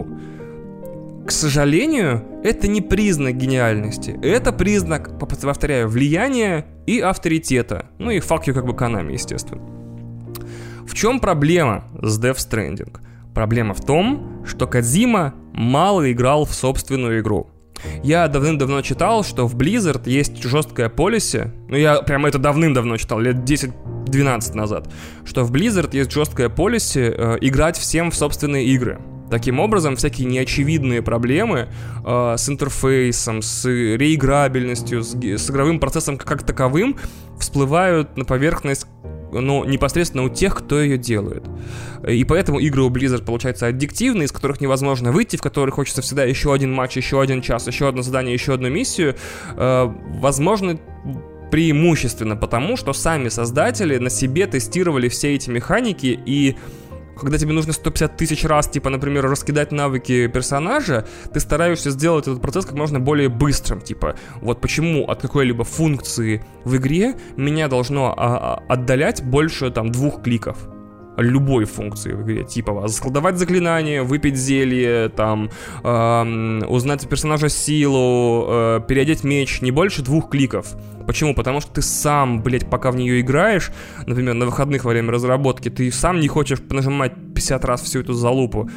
К сожалению, это не признак гениальности. Это признак, повторяю, влияния и авторитета. Ну и fuck you как бы Konami, естественно. В чем проблема с Death Stranding? Проблема в том, что Кодзима мало играл в собственную игру. Я давным-давно читал, что в Blizzard есть жесткое полиси, ну я прямо это давным-давно читал, лет десять-двенадцать назад, что в Blizzard есть жесткое полиси э, играть всем в собственные игры. Таким образом, всякие неочевидные проблемы э, с интерфейсом, с реиграбельностью, с, с игровым процессом как таковым всплывают на поверхность, ну, непосредственно у тех, кто ее делает. И поэтому игры у Blizzard получаются аддиктивные, из которых невозможно выйти, в которых хочется всегда еще один матч, еще один час, еще одно задание, еще одну миссию. Э, возможно, преимущественно потому, что сами создатели на себе тестировали все эти механики, и когда тебе нужно сто пятьдесят тысяч раз, типа, например, раскидать навыки персонажа, ты стараешься сделать этот процесс как можно более быстрым. Типа, вот почему от какой-либо функции в игре меня должно а, отдалять больше, там, двух кликов. Любой функции в игре, типа складывать заклинание, выпить зелье, там, э, узнать у персонажа силу, э, переодеть меч, не больше двух кликов. Почему? Потому что ты сам, блять, пока в нее играешь, например, на выходных во время разработки, ты сам не хочешь нажимать пятьдесят раз всю эту залупу.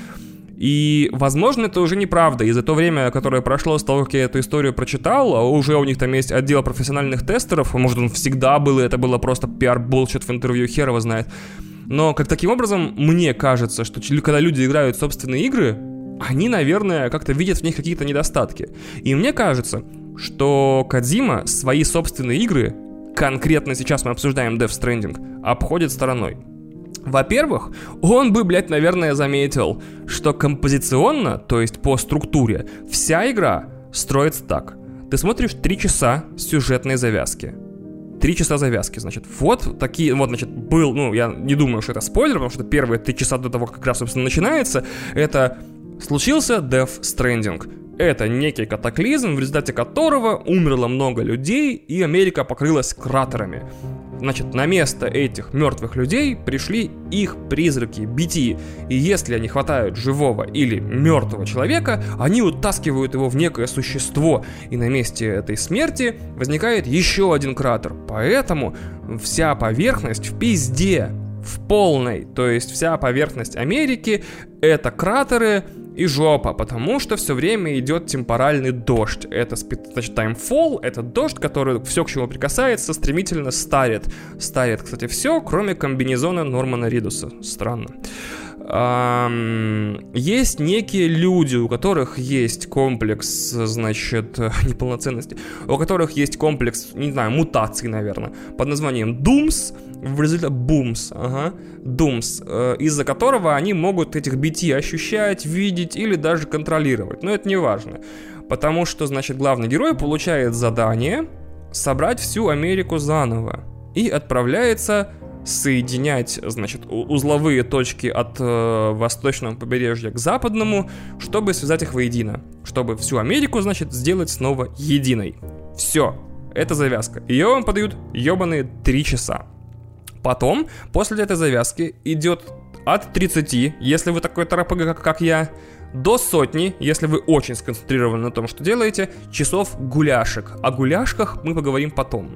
И, возможно, это уже неправда. И за то время, которое прошло с того, как я эту историю прочитал, а уже у них там есть отдел профессиональных тестеров, может, он всегда был, и это было просто пиар-булшит в интервью, хер его знает. Но как таким образом, мне кажется, что когда люди играют в собственные игры, они, наверное, как-то видят в них какие-то недостатки. И мне кажется, что Кодзима свои собственные игры, конкретно сейчас мы обсуждаем Death Stranding, обходит стороной. Во-первых, он бы, блядь, наверное, заметил, что композиционно, то есть по структуре, вся игра строится так. Ты смотришь три часа сюжетной завязки. Три часа завязки, значит, вот такие, вот, значит, был, ну, я не думаю, что это спойлер, потому что первые три часа до того, как игра, собственно, начинается, это случился Death Stranding. Это некий катаклизм, в результате которого умерло много людей, и Америка покрылась кратерами. Значит, на место этих мертвых людей пришли их призраки, би ти. И если они хватают живого или мертвого человека, они утаскивают его в некое существо. И на месте этой смерти возникает еще один кратер. Поэтому вся поверхность в пизде, в полной. То есть вся поверхность Америки — это кратеры и жопа, потому что все время идет темпоральный дождь. Это, значит, таймфолл, это дождь, который все, к чему прикасается, стремительно старит. Старит, кстати, все, кроме комбинезона Нормана Ридуса. Странно. Есть некие люди, у которых есть комплекс, значит, неполноценности, у которых есть комплекс, не знаю, мутаций, наверное, под названием Думс, в результате Бумс, ага, Думс, из-за которого они могут этих би ти ощущать, видеть или даже контролировать. Но это не важно, потому что, значит, главный герой получает задание собрать всю Америку заново и отправляется соединять, значит, узловые точки от э, восточного побережья к западному, чтобы связать их воедино, чтобы всю Америку, значит, сделать снова единой. Все, это завязка. Ее вам подают ебаные три часа. Потом, после этой завязки, идет от тридцати, если вы такой торопыга, как, как я, до сотни, если вы очень сконцентрированы на том, что делаете, часов гуляшек. О гуляшках мы поговорим потом.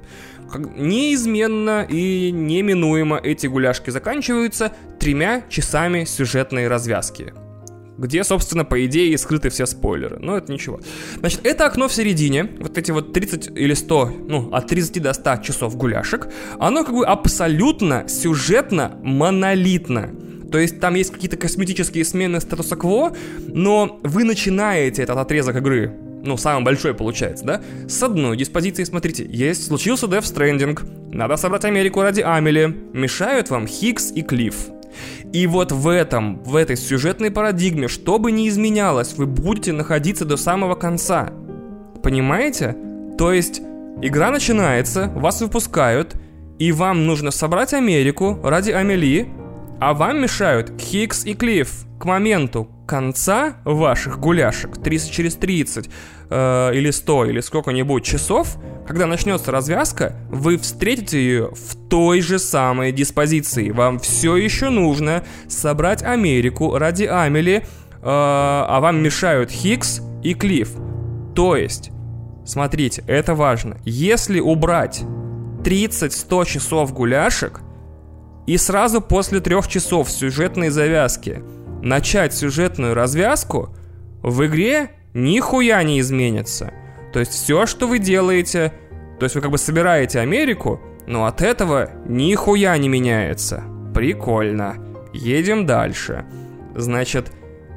Неизменно и неминуемо эти гуляшки заканчиваются тремя часами сюжетной развязки, где, собственно, по идее и скрыты все спойлеры, но это ничего. Значит, это окно в середине, вот эти вот тридцать или сто, ну, от тридцати до ста часов гуляшек, оно как бы абсолютно сюжетно монолитно. То есть там есть какие-то косметические смены статуса кво, но вы начинаете этот отрезок игры, ну, самый большой получается, да, с одной диспозиции. Смотрите, есть, случился Death Stranding, надо собрать Америку ради Амели, мешают вам Хикс и Клифф. И вот в этом, в этой сюжетной парадигме, что бы ни изменялось, вы будете находиться до самого конца. Понимаете? То есть игра начинается, вас выпускают, и вам нужно собрать Америку ради Амели, а вам мешают Хикс и Клифф. К моменту конца ваших гуляшек, тридцать через тридцать э, или сто, или сколько-нибудь часов, когда начнется развязка, вы встретите ее в той же самой диспозиции. Вам все еще нужно собрать Америку ради Амели, э, а вам мешают Хикс и Клифф. То есть, смотрите, это важно. Если убрать тридцать-сто часов гуляшек и сразу после трех часов сюжетной завязки начать сюжетную развязку, в игре нихуя не изменится. То есть все, что вы делаете, то есть вы как бы собираете Америку, но от этого нихуя не меняется. Прикольно. Едем дальше. Значит,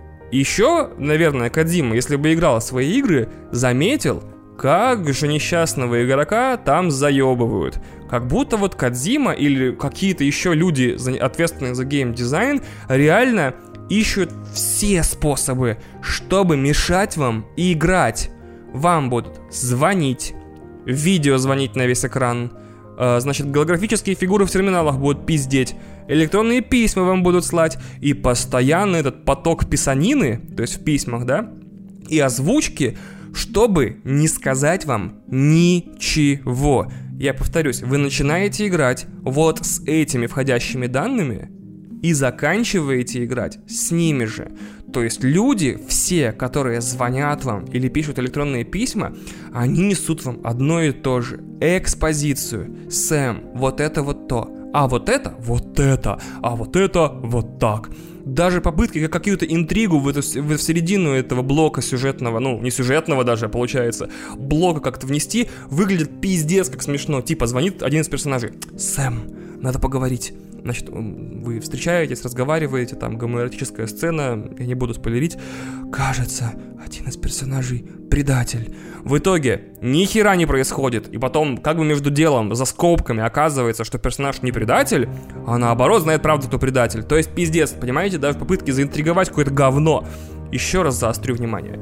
еще, наверное, Кодзима, если бы играл в свои игры, заметил, как же несчастного игрока там заебывают. Как будто вот Кодзима или какие-то еще люди, ответственные за геймдизайн, реально ищут все способы, чтобы мешать вам играть. Вам будут звонить, видео звонить на весь экран, э, значит, голографические фигуры в терминалах будут пиздеть, электронные письма вам будут слать, и постоянно этот поток писанины, то есть в письмах, да, и озвучки, чтобы не сказать вам ничего. Я повторюсь, вы начинаете играть вот с этими входящими данными и заканчиваете играть с ними же. То есть люди, все, которые звонят вам или пишут электронные письма, они несут вам одно и то же. Экспозицию. Сэм, вот это вот то. А вот это, вот это. А вот это, вот так. Даже попытки как какую-то интригу в, эту, в середину этого блока сюжетного, ну, не сюжетного даже, получается, блока как-то внести, выглядит пиздец как смешно. Типа звонит один из персонажей. Сэм, надо поговорить. Значит, вы встречаетесь, разговариваете, там гомоэротическая сцена, я не буду спойлерить. Кажется, один из персонажей предатель. В итоге ни хера не происходит, и потом, как бы между делом, за скобками оказывается, что персонаж не предатель, а наоборот знает правду, кто предатель. То есть пиздец, понимаете, даже в попытке заинтриговать какое-то говно. Еще раз заострю внимание.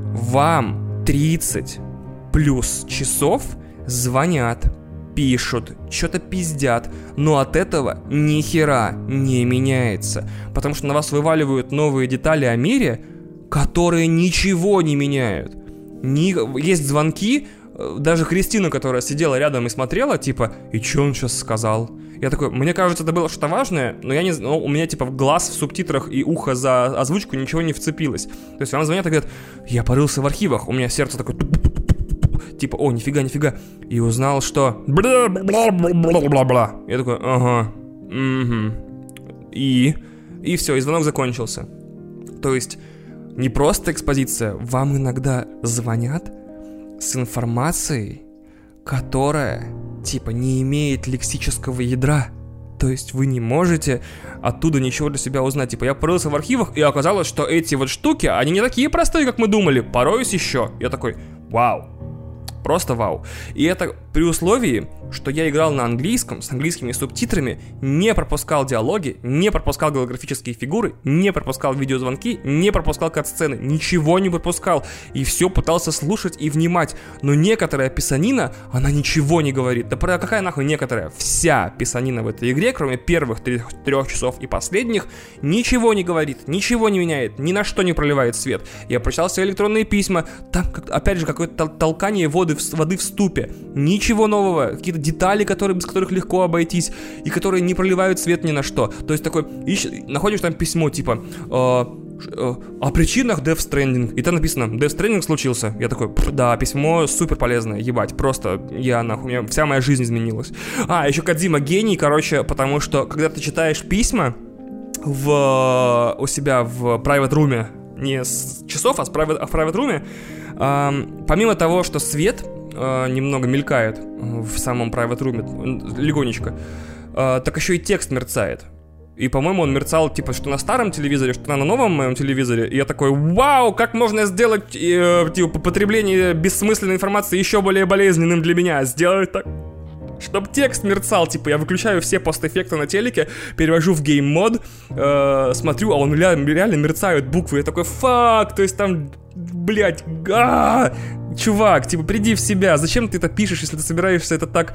Вам тридцать плюс часов звонят, пишут, что-то пиздят, но от этого ни хера не меняется, потому что на вас вываливают новые детали о мире, которые ничего не меняют. Ни... Есть звонки, даже Кристина, которая сидела рядом и смотрела, типа, и что он сейчас сказал? Я такой, мне кажется, это было что-то важное, но я не знаю, у меня типа глаз в субтитрах и ухо за озвучку ничего не вцепилось. То есть вам звонят и говорят, я порылся в архивах, у меня сердце такое, типа, о, нифига, нифига, и узнал, что бла-бла-бла-бла-бла. Я такой, ага, угу. И, и все, и звонок закончился. То есть не просто экспозиция, вам иногда звонят с информацией, которая, типа, не имеет лексического ядра. То есть вы не можете оттуда ничего для себя узнать. Типа, я порылся в архивах, и оказалось, что эти вот штуки, они не такие простые, как мы думали. Пороюсь еще. Я такой, вау. Просто вау. И это при условии, что я играл на английском, с английскими субтитрами, не пропускал диалоги, не пропускал голографические фигуры, не пропускал видеозвонки, не пропускал кат-сцены, ничего не пропускал. И все пытался слушать и внимать. Но некоторая писанина, она ничего не говорит. Да про какая нахуй некоторая? Вся писанина в этой игре, кроме первых трех, трех часов и последних, ничего не говорит, ничего не меняет, ни на что не проливает свет. Я прочитал все электронные письма, там, опять же, какое-то толкание воды в, воды в ступе. Ничего нового, какие-то детали, которые, без которых легко обойтись, и которые не проливают свет ни на что. То есть такой, ищ, находишь там письмо, типа, э, э, о причинах Death Stranding, и там написано, Death Stranding случился. Я такой, да, письмо супер полезное, ебать, просто я, нахуй, у меня вся моя жизнь изменилась. А, еще Кодзима гений, короче, потому что, когда ты читаешь письма в, у себя в private room, не с часов, а, с private, а в private room, э, помимо того, что свет немного мелькает в самом private room, легонечко, так еще и текст мерцает. И, по-моему, он мерцал, типа, что на старом телевизоре, что на новом моем телевизоре. И я такой, вау, как можно сделать, э, типа, потребление бессмысленной информации еще более болезненным для меня? Сделать так, чтобы текст мерцал. Типа, я выключаю все постэффекты на телеке, перевожу в гейм-мод, э, смотрю, а он реально, реально мерцают буквы. Я такой, фак, то есть там, блять, а чувак, типа, приди в себя. Зачем ты это пишешь, если ты собираешься это так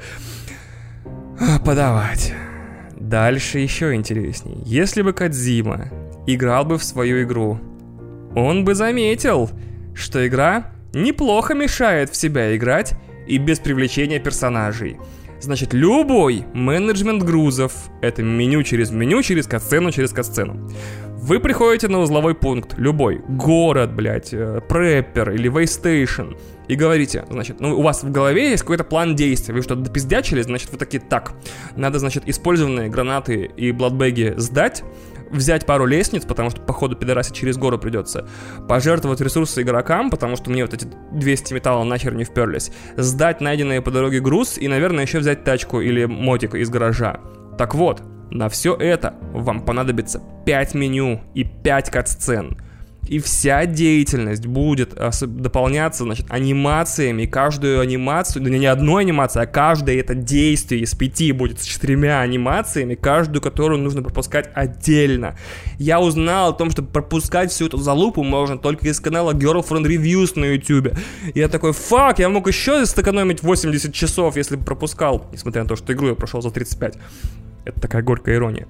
подавать? Дальше еще интересней. Если бы Кодзима играл бы в свою игру, он бы заметил, что игра неплохо мешает в себя играть и без привлечения персонажей. Значит, любой менеджмент грузов — это меню через меню, через катсцену, через катсцену. Вы приходите на узловой пункт, любой, город, блядь, преппер или вейстейшн, и говорите, значит, ну, у вас в голове есть какой-то план действий, вы что-то допиздячили, значит, вы такие, так, надо, значит, использованные гранаты и бладбэги сдать, взять пару лестниц, потому что, походу, пидорасить через гору придется, пожертвовать ресурсы игрокам, потому что мне вот эти двести металла нахер не вперлись, сдать найденные по дороге груз и, наверное, еще взять тачку или мотик из гаража. Так вот, на все это вам понадобится пять меню и пять катсцен. И вся деятельность будет дополняться, значит, анимациями. Каждую анимацию, да не одной анимацией, а каждое это действие из пяти будет с четырьмя анимациями, каждую которую нужно пропускать отдельно. Я узнал о том, что пропускать всю эту залупу можно только из канала Girlfriend Reviews на YouTube. Я такой, фак, я мог еще сэкономить восемьдесят часов, если бы пропускал, несмотря на то, что игру я прошел за тридцать пять. Это такая горькая ирония.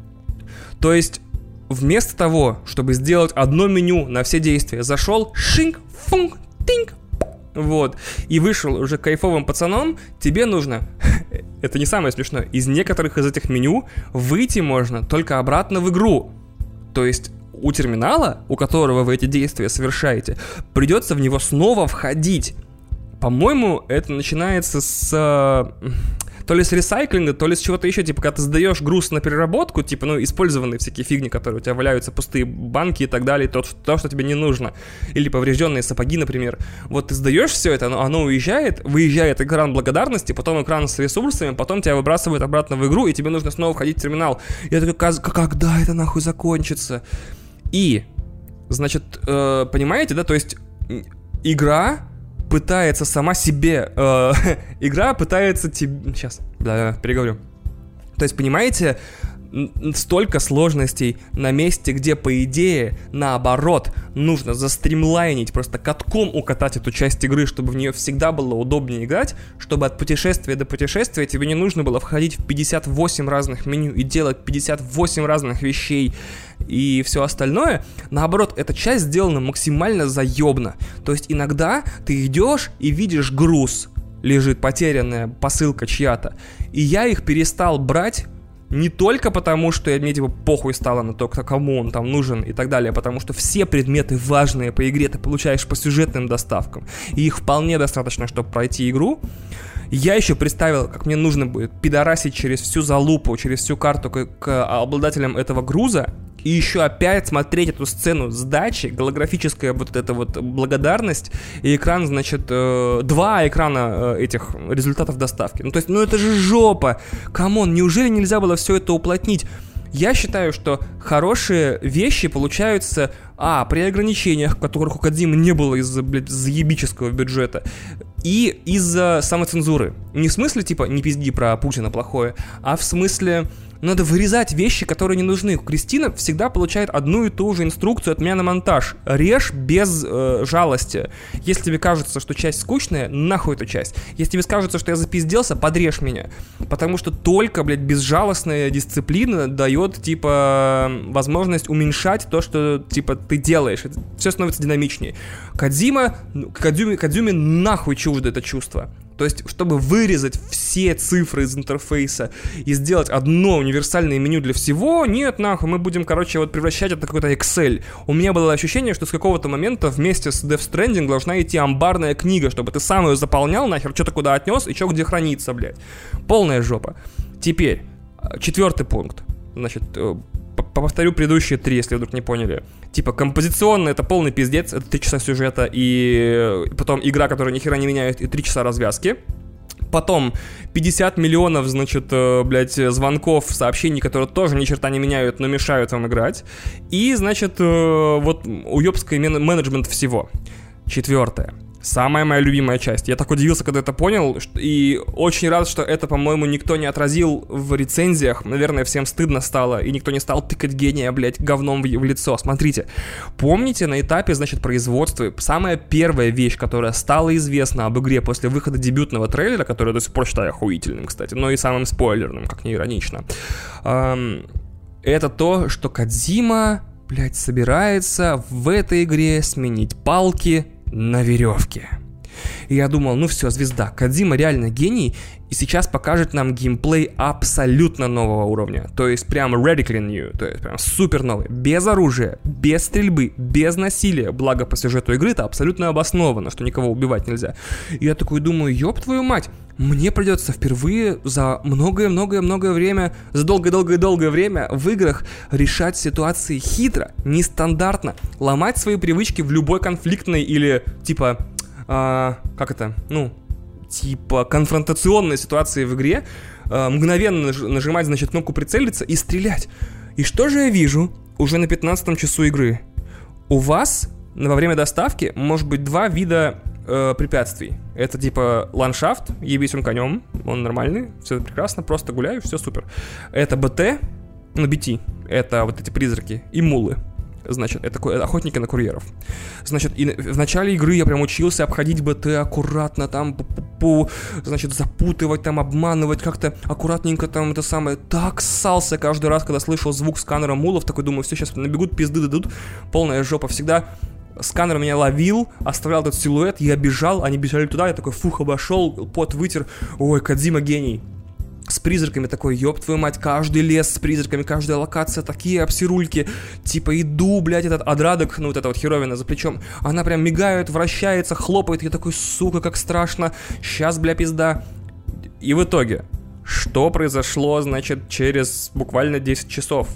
То есть, вместо того, чтобы сделать одно меню на все действия, зашел, шинк, функ, тинк, вот, и вышел уже кайфовым пацаном, тебе нужно, это не самое смешное, из некоторых из этих меню выйти можно только обратно в игру. То есть, у терминала, у которого вы эти действия совершаете, придется в него снова входить. По-моему, это начинается с... То ли с ресайклинга, то ли с чего-то еще, типа, когда ты сдаешь груз на переработку, типа, ну, использованные всякие фигни, которые у тебя валяются, пустые банки и так далее, то, то что тебе не нужно, или поврежденные сапоги, например. Вот ты сдаешь все это, оно, оно уезжает, выезжает экран благодарности, потом экран с ресурсами, потом тебя выбрасывают обратно в игру, и тебе нужно снова входить в терминал. Я такой, когда это нахуй закончится? И, значит, э, понимаете, да, то есть игра... пытается сама себе... Э, игра пытается тебе... Сейчас, да, переговорю. То есть, понимаете, столько сложностей на месте, где, по идее, наоборот, нужно застримлайнить, просто катком укатать эту часть игры, чтобы в нее всегда было удобнее играть, чтобы от путешествия до путешествия тебе не нужно было входить в пятьдесят восемь разных меню и делать пятьдесят восемь разных вещей и все остальное. Наоборот, эта часть сделана максимально заебно. То есть иногда ты идешь и видишь груз, лежит потерянная посылка чья-то, и я их перестал брать не только потому, что мне типа похуй стало на то, кому он там нужен и так далее, потому что все предметы важные по игре ты получаешь по сюжетным доставкам, и их вполне достаточно, чтобы пройти игру. Я еще представил, как мне нужно будет пидорасить через всю залупу, через всю карту к, к обладателям этого груза, и еще опять смотреть эту сцену сдачи, голографическая вот эта вот благодарность, и экран, значит, э, два экрана э, этих результатов доставки. Ну, то есть, ну это же жопа! Камон, неужели нельзя было все это уплотнить? Я считаю, что хорошие вещи получаются, а, при ограничениях, которых у Кодзимы не было из-за, блядь, заебического бюджета, и из-за самоцензуры. Не в смысле, типа, не пизди про Путина плохое, а в смысле... Надо вырезать вещи, которые не нужны. Кристина всегда получает одну и ту же инструкцию от меня на монтаж. Режь без э, жалости. Если тебе кажется, что часть скучная, нахуй эту часть. Если тебе кажется, что я запизделся, подрежь меня. Потому что только, блядь, безжалостная дисциплина дает, типа, возможность уменьшать то, что, типа, ты делаешь. Это все становится динамичнее. Кодзима, Кодзюме, Кодзюме нахуй чуждо это чувство. То есть, чтобы вырезать все цифры из интерфейса и сделать одно универсальное меню для всего, нет, нахуй, мы будем, короче, вот превращать это в какой-то Excel. У меня было ощущение, что с какого-то момента вместе с Death Stranding должна идти амбарная книга, чтобы ты сам ее заполнял, нахер, что-то куда отнес и что где хранится, блядь. Полная жопа. Теперь, четвертый пункт. Значит, повторю предыдущие три, если вдруг не поняли. Типа, композиционно это полный пиздец, это три часа сюжета, и потом игра, которая ни хера не меняет, и три часа развязки. Потом пятьдесят миллионов, значит, блядь, звонков, сообщений, которые тоже ни черта не меняют, но мешают вам играть. И, значит, вот уёбский менеджмент всего. Четвертое. Самая моя любимая часть. Я так удивился, когда это понял, и очень рад, что это, по-моему, никто не отразил в рецензиях. Наверное, всем стыдно стало, и никто не стал тыкать гения, блядь, говном в, в лицо. Смотрите, помните, на этапе, значит, производства, самая первая вещь, которая стала известна об игре после выхода дебютного трейлера, который я до сих пор считаю охуительным, кстати, но и самым спойлерным, как ни иронично, эм, это то, что Кодзима, блядь, собирается в этой игре сменить палки на веревке. И я думал, ну все, звезда, Кодзима реально гений, и сейчас покажет нам геймплей абсолютно нового уровня. То есть прям radically new, то есть прям супер новый. Без оружия, без стрельбы, без насилия. Благо по сюжету игры это абсолютно обосновано, что никого убивать нельзя. И я такой думаю, ёб твою мать, мне придется впервые за многое-многое-многое время, за долгое-долгое-долгое время в играх решать ситуации хитро, нестандартно, ломать свои привычки в любой конфликтной или типа, а, как это, ну, типа конфронтационной ситуации в игре, а, мгновенно нажимать, значит, кнопку прицелиться и стрелять. И что же я вижу уже на пятнадцатом часу игры? У вас во время доставки может быть два вида э, препятствий. Это типа ландшафт, ебись он конем, он нормальный, все прекрасно, просто гуляю, все супер. Это БТ, ну би ти, это вот эти призраки, и мулы. Значит, это охотники на курьеров. Значит, и в начале игры я прям учился обходить БТ аккуратно, там, пу-пу-пу, значит, запутывать, там, обманывать, как-то аккуратненько там это самое. Так ссался каждый раз, когда слышал звук сканера мулов, такой думаю, все, сейчас набегут, пизды дадут, полная жопа. Всегда сканер меня ловил, оставлял этот силуэт, я бежал, они бежали туда, я такой, фух, обошел, пот вытер, ой, Кодзима гений. С призраками такой, ёб твою мать, каждый лес с призраками, каждая локация, такие обсирульки. Типа иду, блядь, этот Адрадок, ну вот эта вот херовина за плечом, она прям мигает, вращается, хлопает, я такой, сука, как страшно, щас, бля, пизда. И в итоге, что произошло, значит, через буквально десять часов?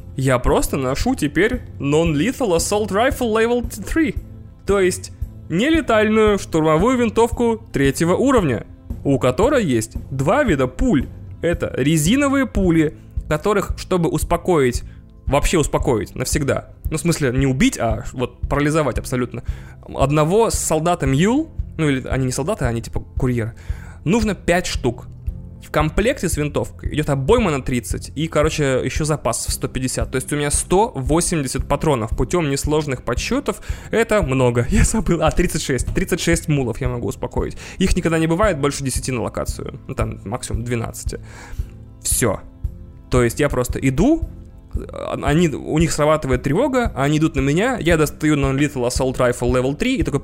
Я просто ношу теперь Non-Lethal Assault Rifle Level три. То есть, нелетальную штурмовую винтовку третьего уровня, у которой есть два вида пуль. Это резиновые пули, которых, чтобы успокоить, вообще успокоить навсегда, ну, в смысле, не убить, а вот парализовать абсолютно, одного солдата Мьюл, ну, или они не солдаты, они типа курьеры, нужно пять штук. в комплекте с винтовкой идет обойма на тридцать и, короче, еще запас в сто пятьдесят. То есть у меня сто восемьдесят патронов путем несложных подсчетов. Это много. Я забыл. А, тридцать шесть. тридцать шесть мулов я могу успокоить. Их никогда не бывает больше десяти на локацию. Ну, там максимум двенадцать. Все. То есть я просто иду, они, у них срабатывает тревога, они идут на меня, я достаю Non-Lethal Assault Rifle левел три и такой...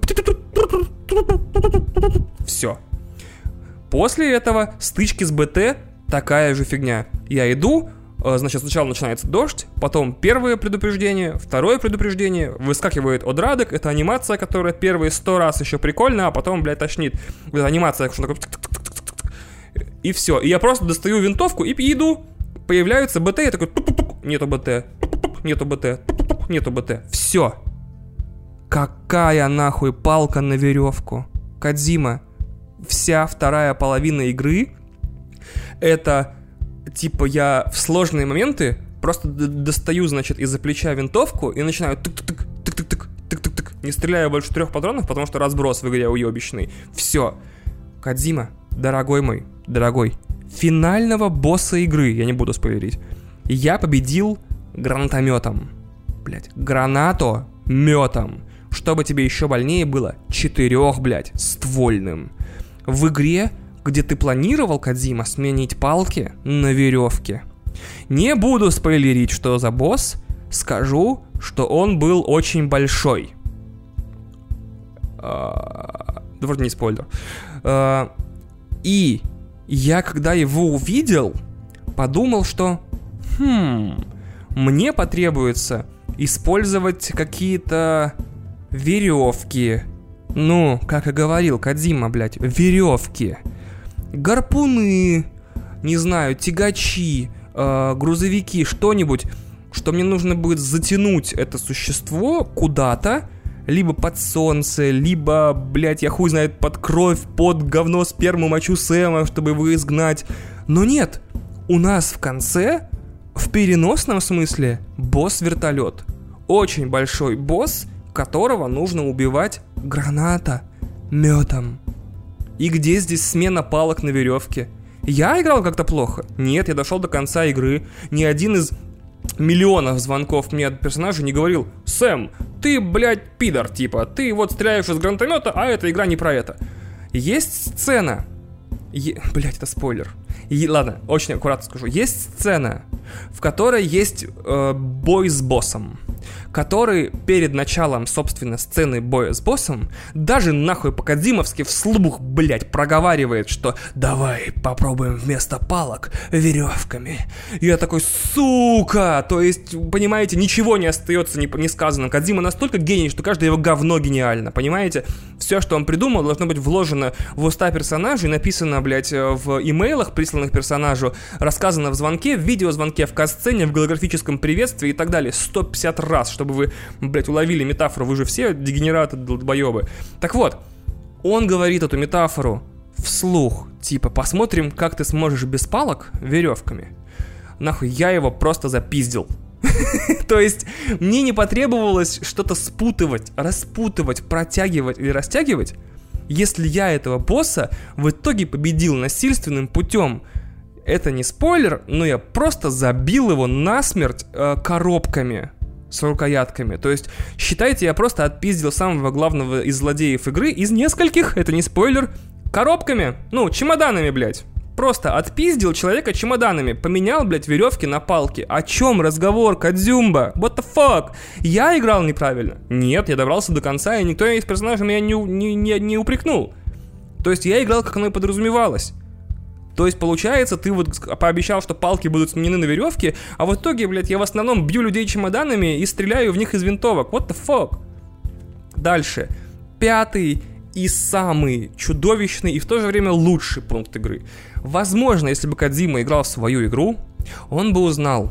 Все. После этого стычки с БТ такая же фигня. Я иду, значит, сначала начинается дождь, потом первое предупреждение, второе предупреждение, выскакивает Одрадек, это анимация, которая первые сто раз еще прикольно, а потом, блядь, тошнит. Это анимация, что такое... И все. И я просто достаю винтовку и иду. Появляются БТ, я такой... Нету БТ, нету БТ, нету БТ. Все. Какая нахуй палка на веревку? Кодзима. Вся вторая половина игры это типа я в сложные моменты просто достаю, значит, из-за плеча винтовку и начинаю тык-тык-тык, тык-тык-тык, тык-тык-тык. Не стреляю больше трех патронов, потому что разброс в игре уебищный. Все. Кодзима, дорогой мой, дорогой, финального босса игры, я не буду спойлерить, я победил гранатометом. Блять, гранатометом. Чтобы тебе еще больнее было, четырех, блять, ствольным. В игре, где ты планировал, Кодзима, сменить палки на веревке. Не буду спойлерить, что за босс, скажу, что он был очень большой. А, да вроде не спойлер. А, и я, когда его увидел, подумал, что хм, мне потребуется использовать какие-то веревки. Ну, как и говорил Кодзима, блядь, веревки. Гарпуны, не знаю, тягачи, э, грузовики, что-нибудь, что мне нужно будет затянуть это существо куда-то, либо под солнце, либо, блядь, я хуй знает, под кровь, под говно, сперму, мочу Сэма, чтобы его изгнать. Но нет, у нас в конце, в переносном смысле, босс-вертолет. Очень большой босс, которого нужно убивать гранатометом. И где здесь смена палок на веревке? Я играл как-то плохо? Нет, я дошел до конца игры. Ни один из миллионов звонков мне от персонажа не говорил: Сэм, ты, блядь, пидор, типа, ты вот стреляешь из гранатомета, а эта игра не про это. Есть сцена... Е... Блядь, это спойлер. И, ладно, очень аккуратно скажу. Есть сцена, в которой есть э, бой с боссом, который перед началом, собственно, сцены боя с боссом даже нахуй по-кодзимовски вслух, блядь, проговаривает, что давай попробуем вместо палок веревками. И я такой, сука! То есть, понимаете, ничего не остается не, не сказанным. Кодзима настолько гений, что каждое его говно гениально, понимаете? Все, что он придумал, должно быть вложено в уста персонажей, написано, блядь, в имейлах, присланных персонажу, рассказано в звонке, в видеозвонке, в кат-сцене, в голографическом приветствии и так далее. сто пятьдесят раз, чтобы вы, блядь, уловили метафору. Вы же все дегенераты, долбоебы. Так вот, он говорит эту метафору вслух. Типа, посмотрим, как ты сможешь без палок веревками. Нахуй, я его просто запиздил. То есть, мне не потребовалось что-то спутывать, распутывать, протягивать или растягивать, если я этого босса в итоге победил насильственным путем. Это не спойлер, но я просто забил его насмерть э, коробками с рукоятками. То есть, считайте, я просто отпиздил самого главного из злодеев игры из нескольких, это не спойлер, коробками, ну, чемоданами, блядь. Просто отпиздил человека чемоданами, поменял, блядь, веревки на палки. О чем разговор, Кодзюмба? What the fuck? Я играл неправильно? Нет, я добрался до конца, и никто из персонажей меня не, не, не, не упрекнул. То есть я играл, как оно и подразумевалось. То есть, получается, ты вот пообещал, что палки будут сменены на веревки, а в итоге, блядь, я в основном бью людей чемоданами и стреляю в них из винтовок. What the fuck? Дальше. Пятый и самый чудовищный и в то же время лучший пункт игры. Возможно, если бы Кодзима играл в свою игру, он бы узнал,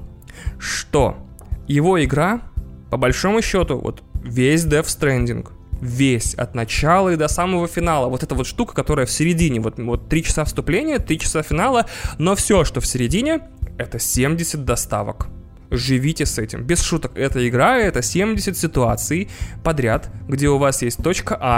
что его игра, по большому счету, вот весь Death Stranding, весь, от начала и до самого финала, вот эта вот штука, которая в середине, вот, вот три часа вступления, три часа финала, но все, что в середине, это семьдесят доставок. Живите с этим, без шуток, эта игра, это семьдесят ситуаций подряд, где у вас есть точка А,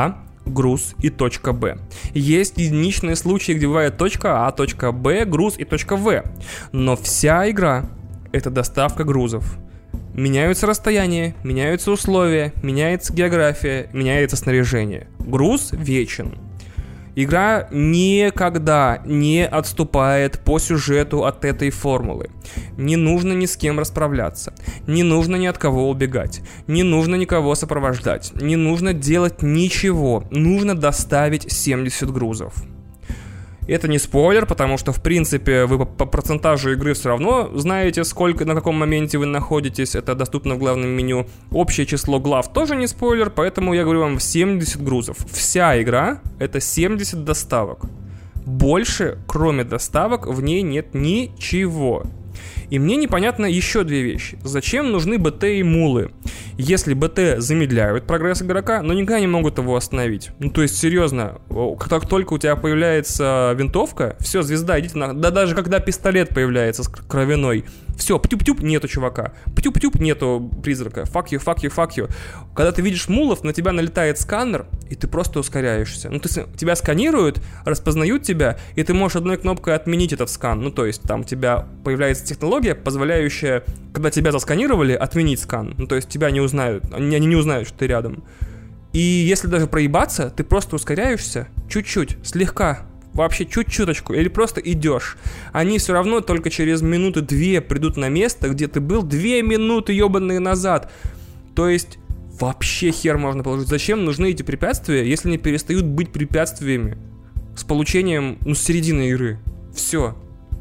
груз и точка Б. Есть единичные случаи, где бывает точка А, точка Б, груз и точка В. Но вся игра — это доставка грузов. Меняются расстояния, меняются условия, меняется география, меняется снаряжение. Груз вечен. Игра никогда не отступает по сюжету от этой формулы. Не нужно ни с кем расправляться, не нужно ни от кого убегать, не нужно никого сопровождать, не нужно делать ничего, нужно доставить семьдесят грузов. Это не спойлер, потому что, в принципе, вы по, по процентажу игры все равно знаете, сколько, на каком моменте вы находитесь. Это доступно в главном меню. Общее число глав тоже не спойлер, поэтому я говорю вам семьдесят грузов. Вся игра — это семьдесят доставок. Больше, кроме доставок, в ней нет ничего. И мне непонятно еще две вещи. Зачем нужны БТ и мулы? Если БТ замедляют прогресс игрока, но никогда не могут его остановить. Ну, то есть, серьезно, как только у тебя появляется винтовка, все, звезда, идите на... Да даже когда пистолет появляется с кровяной, все, птюп-птюп, нету чувака. Птюп-птюп, нету призрака. Fuck you, fuck you, fuck you. Когда ты видишь мулов, на тебя налетает сканер, и ты просто ускоряешься. Ну, то есть, тебя сканируют, распознают тебя, и ты можешь одной кнопкой отменить этот скан. Ну, то есть, там у тебя появляется технология, позволяющая, когда тебя засканировали, отменить скан. Ну, то есть, тебя не узнают, они, они не узнают, что ты рядом. И если даже проебаться, ты просто ускоряешься чуть-чуть, слегка, вообще чуть-чуточку, или просто идешь. Они все равно только через минуты-две придут на место, где ты был две минуты ебаные назад. То есть вообще хер можно положить. Зачем нужны эти препятствия, если они перестают быть препятствиями с получением, ну, с середины игры? Все.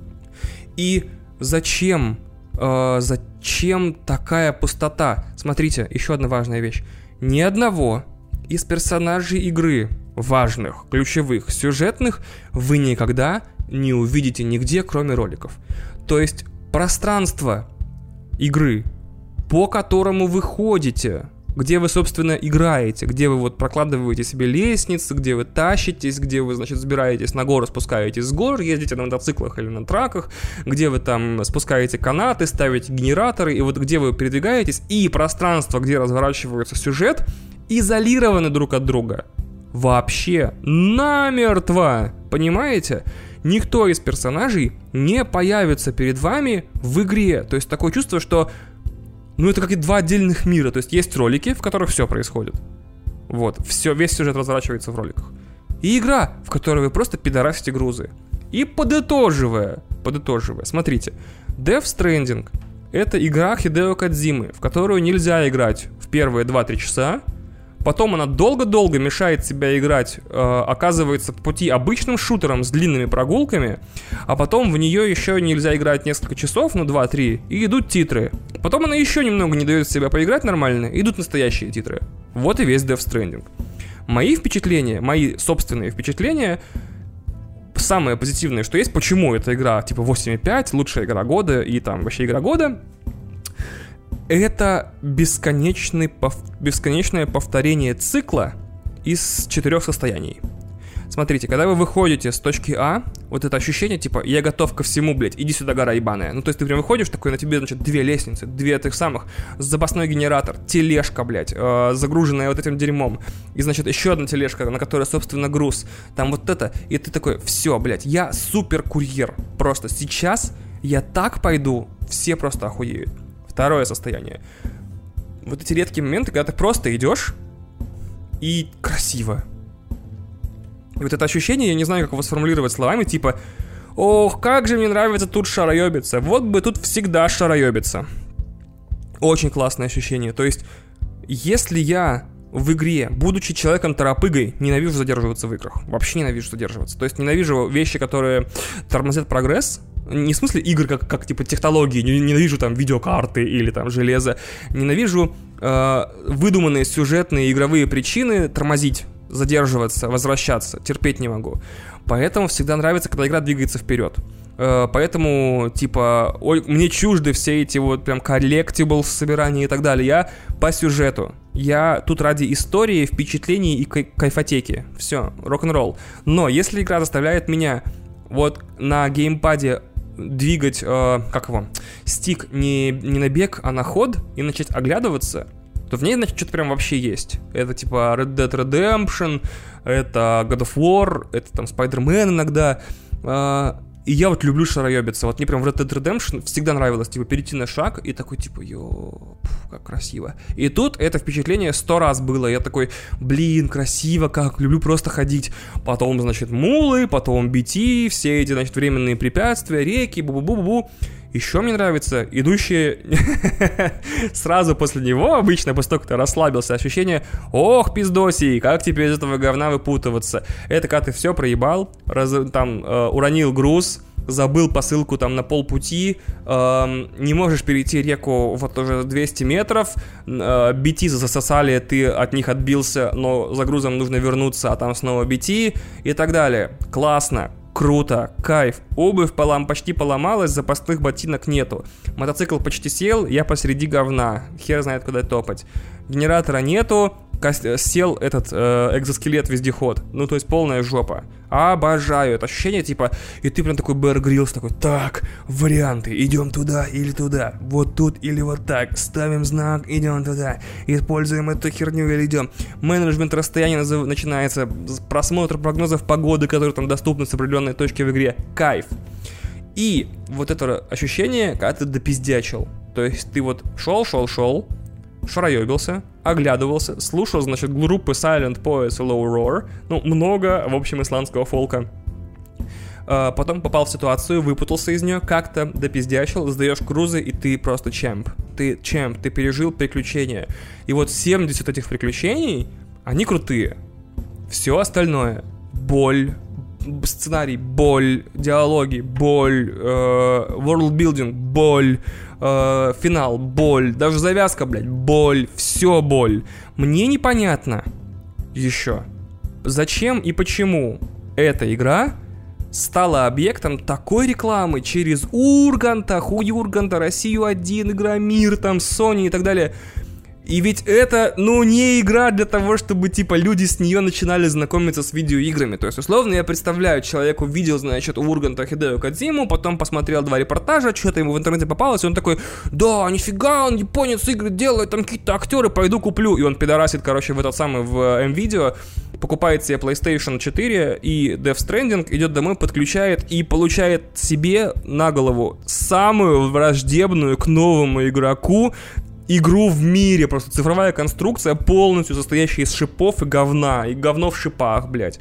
И зачем, э, зачем такая пустота? Смотрите, еще одна важная вещь. Ни одного из персонажей игры, важных, ключевых, сюжетных, вы никогда не увидите нигде, кроме роликов. То есть пространство игры, по которому вы ходите, где вы, собственно, играете, где вы вот прокладываете себе лестницы, где вы тащитесь, где вы, значит, взбираетесь на гору, спускаетесь с гор, ездите на мотоциклах или на траках, где вы там спускаете канаты, ставите генераторы, и вот где вы передвигаетесь, и пространство, где разворачивается сюжет, изолированы друг от друга. Вообще намертво, понимаете? Никто из персонажей не появится перед вами в игре. То есть такое чувство, что ну это как и два отдельных мира. То есть есть ролики, в которых все происходит. Вот, все, весь сюжет разворачивается в роликах. И игра, в которой вы просто пидорасите грузы. И подытоживая, подытоживая, смотрите, Death Stranding — это игра Хидео Кодзимы, в которую нельзя играть в первые два-три часа. Потом она долго-долго мешает себя играть, э, оказывается по пути обычным шутером с длинными прогулками, а потом в нее еще нельзя играть несколько часов, ну два-три, и идут титры. Потом она еще немного не дает себя поиграть нормально, и идут настоящие титры. Вот и весь Death Stranding. Мои впечатления, мои собственные впечатления, самое позитивное, что есть, почему эта игра типа восемь и пять, лучшая игра года и там вообще игра года, это бесконечный, пов... бесконечное повторение цикла из четырех состояний. Смотрите, когда вы выходите с точки А, вот это ощущение, типа, я готов ко всему, блядь, иди сюда, гора ебаная. Ну, то есть ты прям выходишь, такой, на тебе, значит, две лестницы, две этих самых, запасной генератор, тележка, блядь, э, загруженная вот этим дерьмом. И, значит, еще одна тележка, на которой, собственно, груз. Там вот это, и ты такой, все, блядь, я супер-курьер. Просто сейчас я так пойду, все просто охуеют. Второе состояние. Вот эти редкие моменты, когда ты просто идешь и красиво. И вот это ощущение, я не знаю, как его сформулировать словами, типа, ох, как же мне нравится тут шароебиться. Вот бы тут всегда шароебиться. Очень классное ощущение. То есть, если я в игре, будучи человеком-торопыгой, ненавижу задерживаться в играх. Вообще ненавижу задерживаться. То есть ненавижу вещи, которые тормозят прогресс. Не в смысле игр, как, как типа технологии. Ненавижу там видеокарты или там железо. Ненавижу э, выдуманные сюжетные игровые причины тормозить, задерживаться, возвращаться. Терпеть не могу. Поэтому всегда нравится, когда игра двигается вперед. Э, поэтому, типа, ой, мне чужды все эти вот прям коллектиблс, собирания и так далее. Я по сюжету. Я тут ради истории, впечатлений и кай- кайфотеки. Все, рок-н-ролл. Но если игра заставляет меня вот на геймпаде двигать, э, как его, стик не, не на бег, а на ход и начать оглядываться, то в ней, значит, что-то прям вообще есть. Это типа Red Dead Redemption, это God of War, это там Spider-Man иногда. И я вот люблю шароебиться. Вот мне прям в Red Dead Redemption всегда нравилось, типа, перейти на шаг и такой, типа, ёп, как красиво. И тут это впечатление сто раз было. Я такой, блин, красиво как, люблю просто ходить. Потом, значит, мулы, потом би ти, все эти, значит, временные препятствия, реки, бу-бу-бу-бу-бу. Еще мне нравится идущие сразу после него, обычно, после того, как ты расслабился, ощущение, ох, пиздосий, как теперь из этого говна выпутываться. Это когда ты все проебал, раз, там, э, уронил груз, забыл посылку там на полпути, э, не можешь перейти реку вот уже двести метров, э, би ти засосали, ты от них отбился, но за грузом нужно вернуться, а там снова би ти и так далее. Классно. Круто, кайф. Обувь полом, почти поломалась, запасных ботинок нету. Мотоцикл почти сел, я посреди говна. Хер знает, куда топать. Генератора нету, сел этот э, экзоскелет-вездеход. Ну, то есть полная жопа. Обожаю это ощущение, типа, и ты прям такой Бэр Гриллс, такой, так, варианты, идем туда или туда, вот тут или вот так, ставим знак, идем туда, используем эту херню или идем. Менеджмент расстояния назов... начинается, просмотр прогнозов погоды, которые там доступны с определенной точки в игре, кайф. И вот это ощущение, когда ты допиздячил, то есть ты вот шел, шел, шел, шароебился, оглядывался, слушал, значит, группы Silent Poets и Low Roar, ну, много, в общем, исландского фолка. А, потом попал в ситуацию, выпутался из нее, как-то допиздячил, сдаешь грузы, и ты просто чемп. Ты чемп, ты пережил приключения. И вот семьдесят этих приключений, они крутые. Все остальное — боль, сценарий, боль, диалоги, боль, э, worldbuilding, боль, э, финал, боль, даже завязка, блядь, боль, все боль. Мне непонятно еще, зачем и почему эта игра стала объектом такой рекламы через Урганта, хуй Урганта, Россию один, Игромир, там, Sony и так далее. И ведь это, ну, не игра для того, чтобы, типа, люди с нее начинали знакомиться с видеоиграми. То есть, условно, я представляю, человек увидел, значит, у Урганта Хидео Кодзиму, потом посмотрел два репортажа, что-то ему в интернете попалось, и он такой, да, нифига, он японец, игры делает, там какие-то актеры, пойду куплю. И он пидорасит, короче, в этот самый, в МВидео, покупает себе PlayStation четыре и Death Stranding, идет домой, подключает и получает себе на голову самую враждебную к новому игроку игру в мире, просто цифровая конструкция, полностью состоящая из шипов и говна, и говно в шипах, блядь.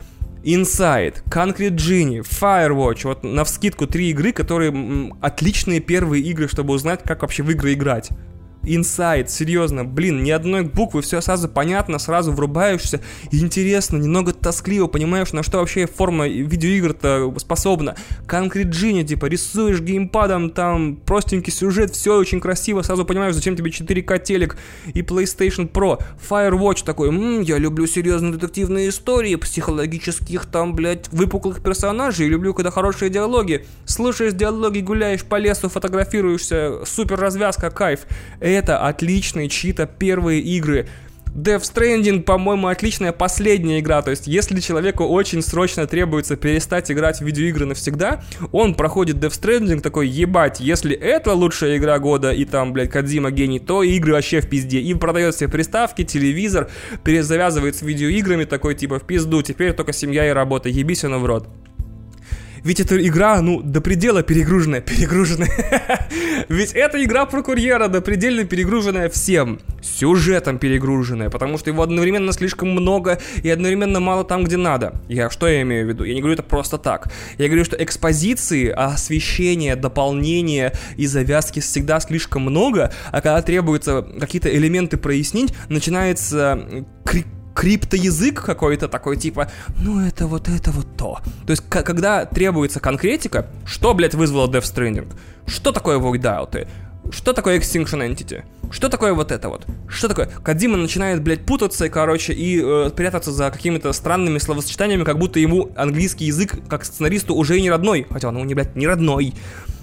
Inside, Concrete Genie, Firewatch, вот навскидку три игры, которые м, отличные первые игры, чтобы узнать, как вообще в игры играть. Inside, серьезно, блин, ни одной буквы, все сразу понятно, сразу врубаешься, интересно, немного тоскливо, понимаешь, на что вообще форма видеоигр-то способна. Concrete Genie, типа, рисуешь геймпадом, там, простенький сюжет, все очень красиво, сразу понимаешь, зачем тебе четыре ка телек и PlayStation Pro. Firewatch такой, м-м, я люблю серьезные детективные истории, психологических, там, блядь, выпуклых персонажей, люблю, когда хорошие диалоги, слушаешь диалоги, гуляешь по лесу, фотографируешься, супер развязка, кайф. Это отличные чьи-то первые игры. Death Stranding, по-моему, отличная последняя игра. То есть, если человеку очень срочно требуется перестать играть в видеоигры навсегда, он проходит Death Stranding такой, ебать, если это лучшая игра года и там, блядь, Кодзима гений, то игры вообще в пизде. И продает себе приставки, телевизор, перезавязывает с видеоиграми такой, типа, в пизду, теперь только семья и работа, ебись оно в рот. Ведь эта игра, ну, до предела перегруженная, перегруженная. Ведь эта игра про курьера до предельно перегруженная всем. Сюжетом перегруженная, потому что его одновременно слишком много и одновременно мало там, где надо. Я что я имею в виду? Я не говорю это просто так. Я говорю, что экспозиции, освещения, дополнения и завязки всегда слишком много, а когда требуется какие-то элементы прояснить, начинается крик. Криптоязык какой-то такой, типа, ну это вот это вот то. То есть, к- когда требуется конкретика, что, блядь, вызвало Death Stranding? Что такое Void Out? Что такое Extinction Entity? Что такое вот это вот? Что такое? Кодзима начинает, блядь, путаться, короче, и э, прятаться за какими-то странными словосочетаниями, как будто ему английский язык, как сценаристу, уже и не родной. Хотя он, ну, не, блядь, не родной.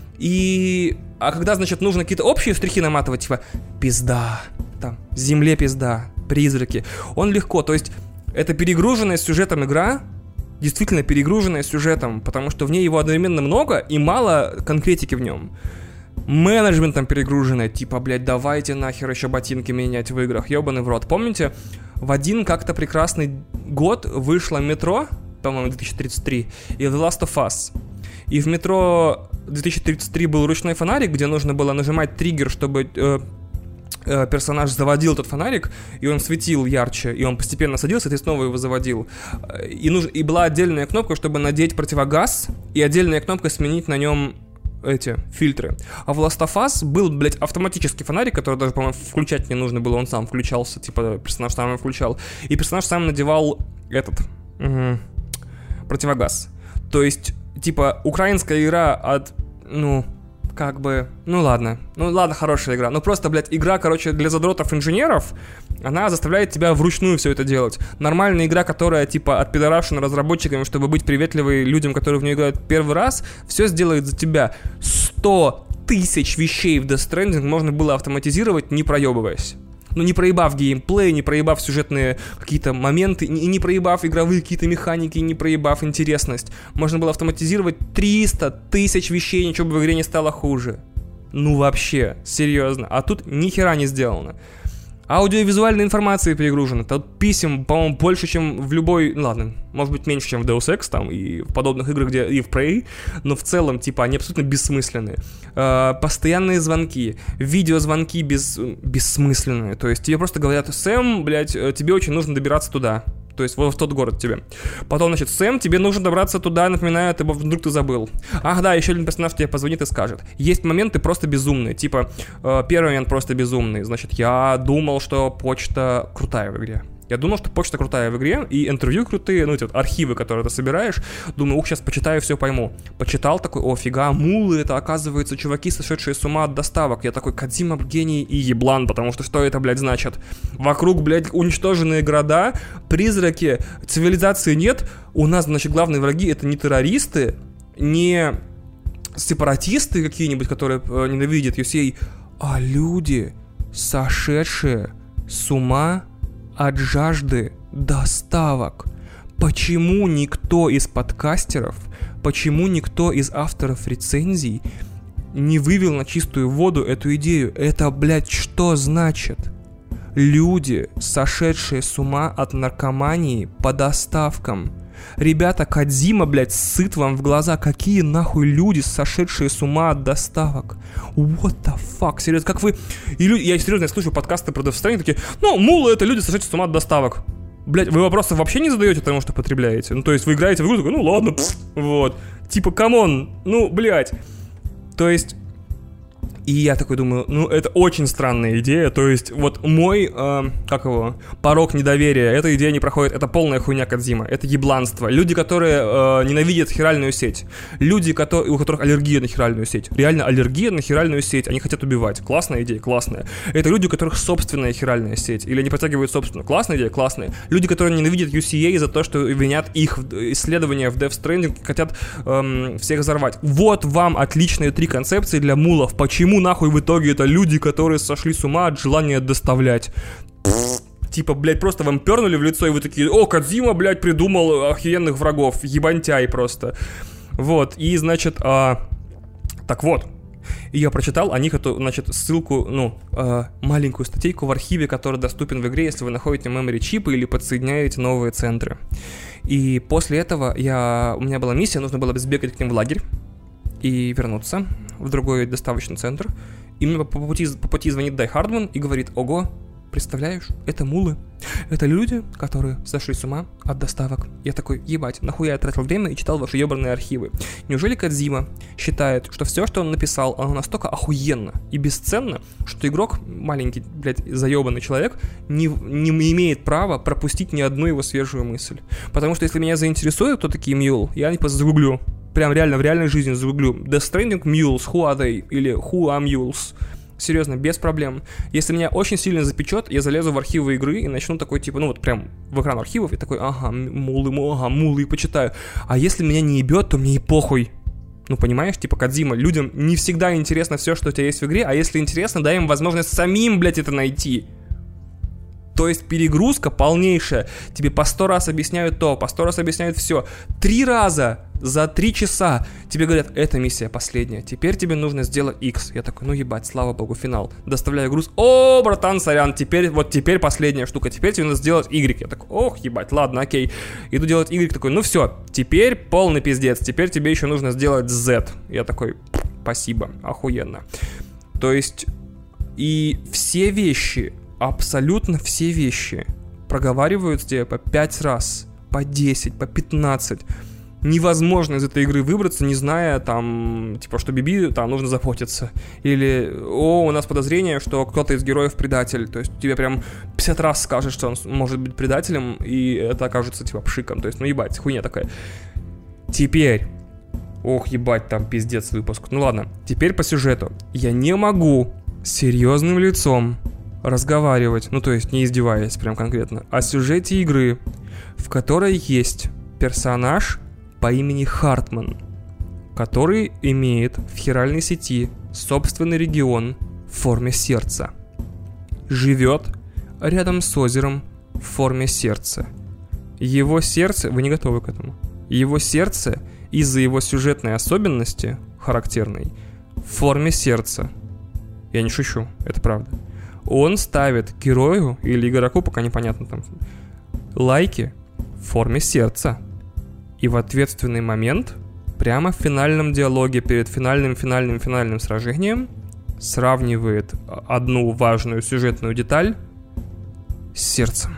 И... А когда, значит, нужно какие-то общие штрихи наматывать, типа, пизда, там, земле пизда, призраки, он легко, то есть это перегруженная сюжетом игра, действительно перегруженная сюжетом, потому что в ней его одновременно много и мало конкретики в нем. менеджментом перегруженная, типа, блядь, давайте нахер еще ботинки менять в играх, ёбаный в рот. Помните, в один как-то прекрасный год вышло метро, по-моему, две тысячи тридцать три, и The Last of Us. И в метро две тысячи тридцать три был ручной фонарик, где нужно было нажимать триггер, чтобы э, э, персонаж заводил этот фонарик, и он светил ярче, и он постепенно садился, и ты снова его заводил. И, нуж... и была отдельная кнопка, чтобы надеть противогаз, и отдельная кнопка сменить на нем эти фильтры. А в Last of Us был, блядь, автоматический фонарик, который даже, по-моему, включать не нужно было, он сам включался, типа, персонаж сам его включал. И персонаж сам надевал этот угу, противогаз. То есть, типа, украинская игра от, ну, как бы, ну ладно, ну ладно, хорошая игра, ну просто, блядь, игра, короче, для задротов-инженеров, она заставляет тебя вручную все это делать. Нормальная игра, которая, типа, отпидорашена разработчиками, чтобы быть приветливой людям, которые в нее играют первый раз, все сделает за тебя. Сто тысяч вещей в Death Stranding можно было автоматизировать, не проебываясь. Ну, не проебав геймплей, не проебав сюжетные какие-то моменты, и не проебав игровые какие-то механики, не проебав интересность. Можно было автоматизировать триста тысяч вещей, ничего бы в игре не стало хуже. Ну, вообще, серьезно. А тут ни хера не сделано. Аудиовизуальной информации перегружена. Тут писем, по-моему, больше, чем в любой... Ну, ладно, может быть, меньше, чем в Deus Ex, там, и в подобных играх, где и в Prey, но в целом, типа, они абсолютно бессмысленные. Э, постоянные звонки, видеозвонки без... бессмысленные. То есть тебе просто говорят: Сэм, блядь, тебе очень нужно добираться туда. То есть вот в тот город тебе. Потом, значит, Сэм, тебе нужно добраться туда, напоминаю, ты, вдруг ты забыл. Ах да, еще один персонаж тебе позвонит и скажет. Есть моменты просто безумные. Типа, э, первый момент просто безумный. Значит, я думал, что почта крутая в игре. Я думал, что почта крутая в игре, и интервью крутые, ну, эти вот архивы, которые ты собираешь. Думаю, ух, сейчас почитаю, все пойму. Почитал такой: о, фига, мулы, это, оказывается, чуваки, сошедшие с ума от доставок. Я такой: Кодзима гений и еблан, потому что что это, блядь, значит? Вокруг, блядь, уничтоженные города, призраки, цивилизации нет. У нас, значит, главные враги — это не террористы, не сепаратисты какие-нибудь, которые э, ненавидят ю си эй, а люди, сошедшие с ума от жажды доставок. Почему никто из подкастеров, почему никто из авторов рецензий не вывел на чистую воду эту идею? Это, блядь, что значит? Люди, сошедшие с ума от наркомании по доставкам. Ребята, Кодзима, блядь, сыт вам в глаза. Какие нахуй люди, сошедшие с ума от доставок? What the fuck? Серьезно, как вы... И люди... Я серьезно, я слушаю подкасты про Death Stranding, такие: ну, мулы — это люди, сошедшие с ума от доставок. Блядь, вы вопросов вообще не задаете тому, что потребляете? Ну, то есть вы играете в игру, такой: ну, ладно, пфф, вот. Типа, камон, ну, блядь. То есть... И я такой думаю, ну, это очень странная идея. То есть, вот мой, э, как его, порог недоверия, эта идея не проходит. Это полная хуйня Кодзима, это ебланство. Люди, которые э, ненавидят хиральную сеть. Люди, которые, у которых аллергия на хиральную сеть. Реально аллергия на хиральную сеть. Они хотят убивать. Классная идея, классная. Это люди, у которых собственная хиральная сеть. Или они протягивают собственную. Классная идея, классная. Люди, которые ненавидят ю си эй за то, что винят их исследования в Death Stranding, хотят эм, всех взорвать. Вот вам отличные три концепции для мулов. Почему нахуй в итоге это люди, которые сошли с ума от желания доставлять? Типа, блядь, просто вам пернули в лицо, и вы такие: о, Кодзима, блядь, придумал охуенных врагов, ебантяй просто. Вот, и, значит, а... так вот, и я прочитал о них эту, значит, ссылку, ну, э, маленькую статейку в архиве, который доступен в игре, если вы находите memory чипы или подсоединяете новые центры. И после этого я... у меня была миссия, нужно было сбегать к ним в лагерь и вернуться в другой доставочный центр. И мне по пути, по пути звонит Дай Хардман и говорит: ого, представляешь, это мулы. Это люди, которые сошли с ума от доставок. Я такой: ебать, нахуя я тратил время и читал ваши ебаные архивы? Неужели Кодзима считает, что все, что он написал, оно настолько охуенно и бесценно, что игрок, маленький, блядь, заебанный человек, не, не имеет права пропустить ни одну его свежую мысль? Потому что если меня заинтересует, кто такие мюл, я типа загуглю. Прям реально, в реальной жизни загуглю Death Stranding Mules, who are they? Или who are mules? Серьезно, без проблем. Если меня очень сильно запечет, я залезу в архивы игры и начну такой, типа, ну вот прям в экран архивов, и такой: ага, мулы, ага, мулы, и почитаю. А если меня не ебет, то мне и похуй. Ну, понимаешь, типа, Кодзима, людям не всегда интересно все, что у тебя есть в игре, а если интересно, дай им возможность самим, блядь, это найти. То есть перегрузка полнейшая. Тебе по сто раз объясняют то, по сто раз объясняют все. Три раза за три часа тебе говорят, эта миссия последняя, теперь тебе нужно сделать X. Я такой, ну ебать, слава богу, финал. Доставляю груз, о, братан, сорян, теперь, вот теперь последняя штука, теперь тебе надо сделать Y. Я такой, ох, ебать, ладно, окей. Иду делать Y, такой, ну все, теперь полный пиздец, теперь тебе еще нужно сделать Z. Я такой, спасибо, охуенно. То есть, и все вещи, абсолютно все вещи проговаривают тебе по пять раз, по десять, по пятнадцать. Невозможно из этой игры выбраться, не зная, там, типа, что Биби, там, нужно заботиться. Или, о, у нас подозрение, что кто-то из героев предатель. То есть тебе прям пятьдесят раз скажет, что он может быть предателем, и это окажется, типа, пшиком. То есть, ну, ебать, хуйня такая. Теперь, ох, ебать, там пиздец выпуск. Ну, ладно, теперь по сюжету. Я не могу серьезным лицом разговаривать, ну, то есть не издеваясь прям конкретно, о сюжете игры, в которой есть персонаж по имени Хартман, который имеет в хиральной сети собственный регион в форме сердца. Живет рядом с озером в форме сердца. Его сердце... Вы не готовы к этому. Его сердце из-за его сюжетной особенности, характерной, в форме сердца. Я не шучу, это правда. Он ставит герою или игроку, пока непонятно там, лайки в форме сердца. И в ответственный момент, прямо в финальном диалоге перед финальным-финальным-финальным сражением, сравнивает одну важную сюжетную деталь с сердцем.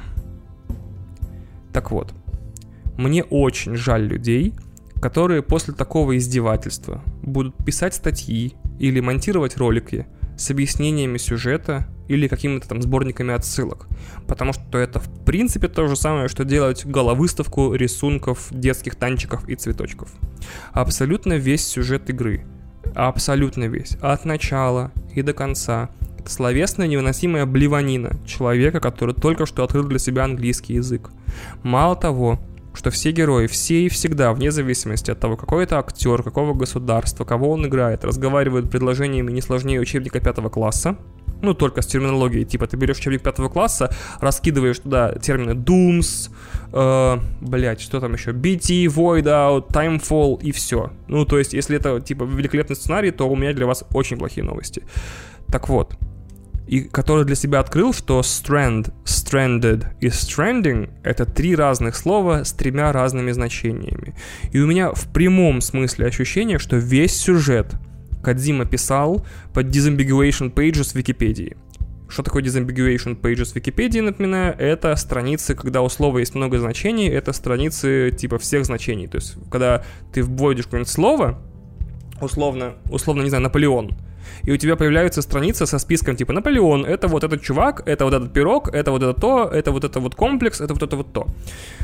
Так вот, мне очень жаль людей, которые после такого издевательства будут писать статьи или монтировать ролики с объяснениями сюжета или какими-то там сборниками отсылок. Потому что это в принципе то же самое, что делать головыставку рисунков, детских танчиков и цветочков. Абсолютно весь сюжет игры, абсолютно весь, от начала и до конца, это словесная невыносимая блеванина человека, который только что открыл для себя английский язык. Мало того, что все герои, все и всегда, вне зависимости от того, какой это актер, какого государства, кого он играет, разговаривают предложениями не сложнее учебника пятого класса, ну, только с терминологией, типа, ты берешь учебник пятого класса, раскидываешь туда термины Dooms, э, блять, что там еще, би ти, Void Out, Timefall и все. Ну, то есть, если это, типа, великолепный сценарий, то у меня для вас очень плохие новости. Так вот, и который для себя открыл, что strand, stranded и stranding — это три разных слова с тремя разными значениями. И у меня в прямом смысле ощущение, что весь сюжет Кодзима писал под disambiguation pages в Википедии. Что такое disambiguation pages в Википедии, напоминаю? Это страницы, когда у слова есть много значений, это страницы типа всех значений. То есть, когда ты вводишь какое-нибудь слово, условно, условно, не знаю, Наполеон, и у тебя появляется страница со списком типа Наполеон, это вот этот чувак, это вот этот пирог, это вот это то, это вот это вот комплекс, это вот это вот то.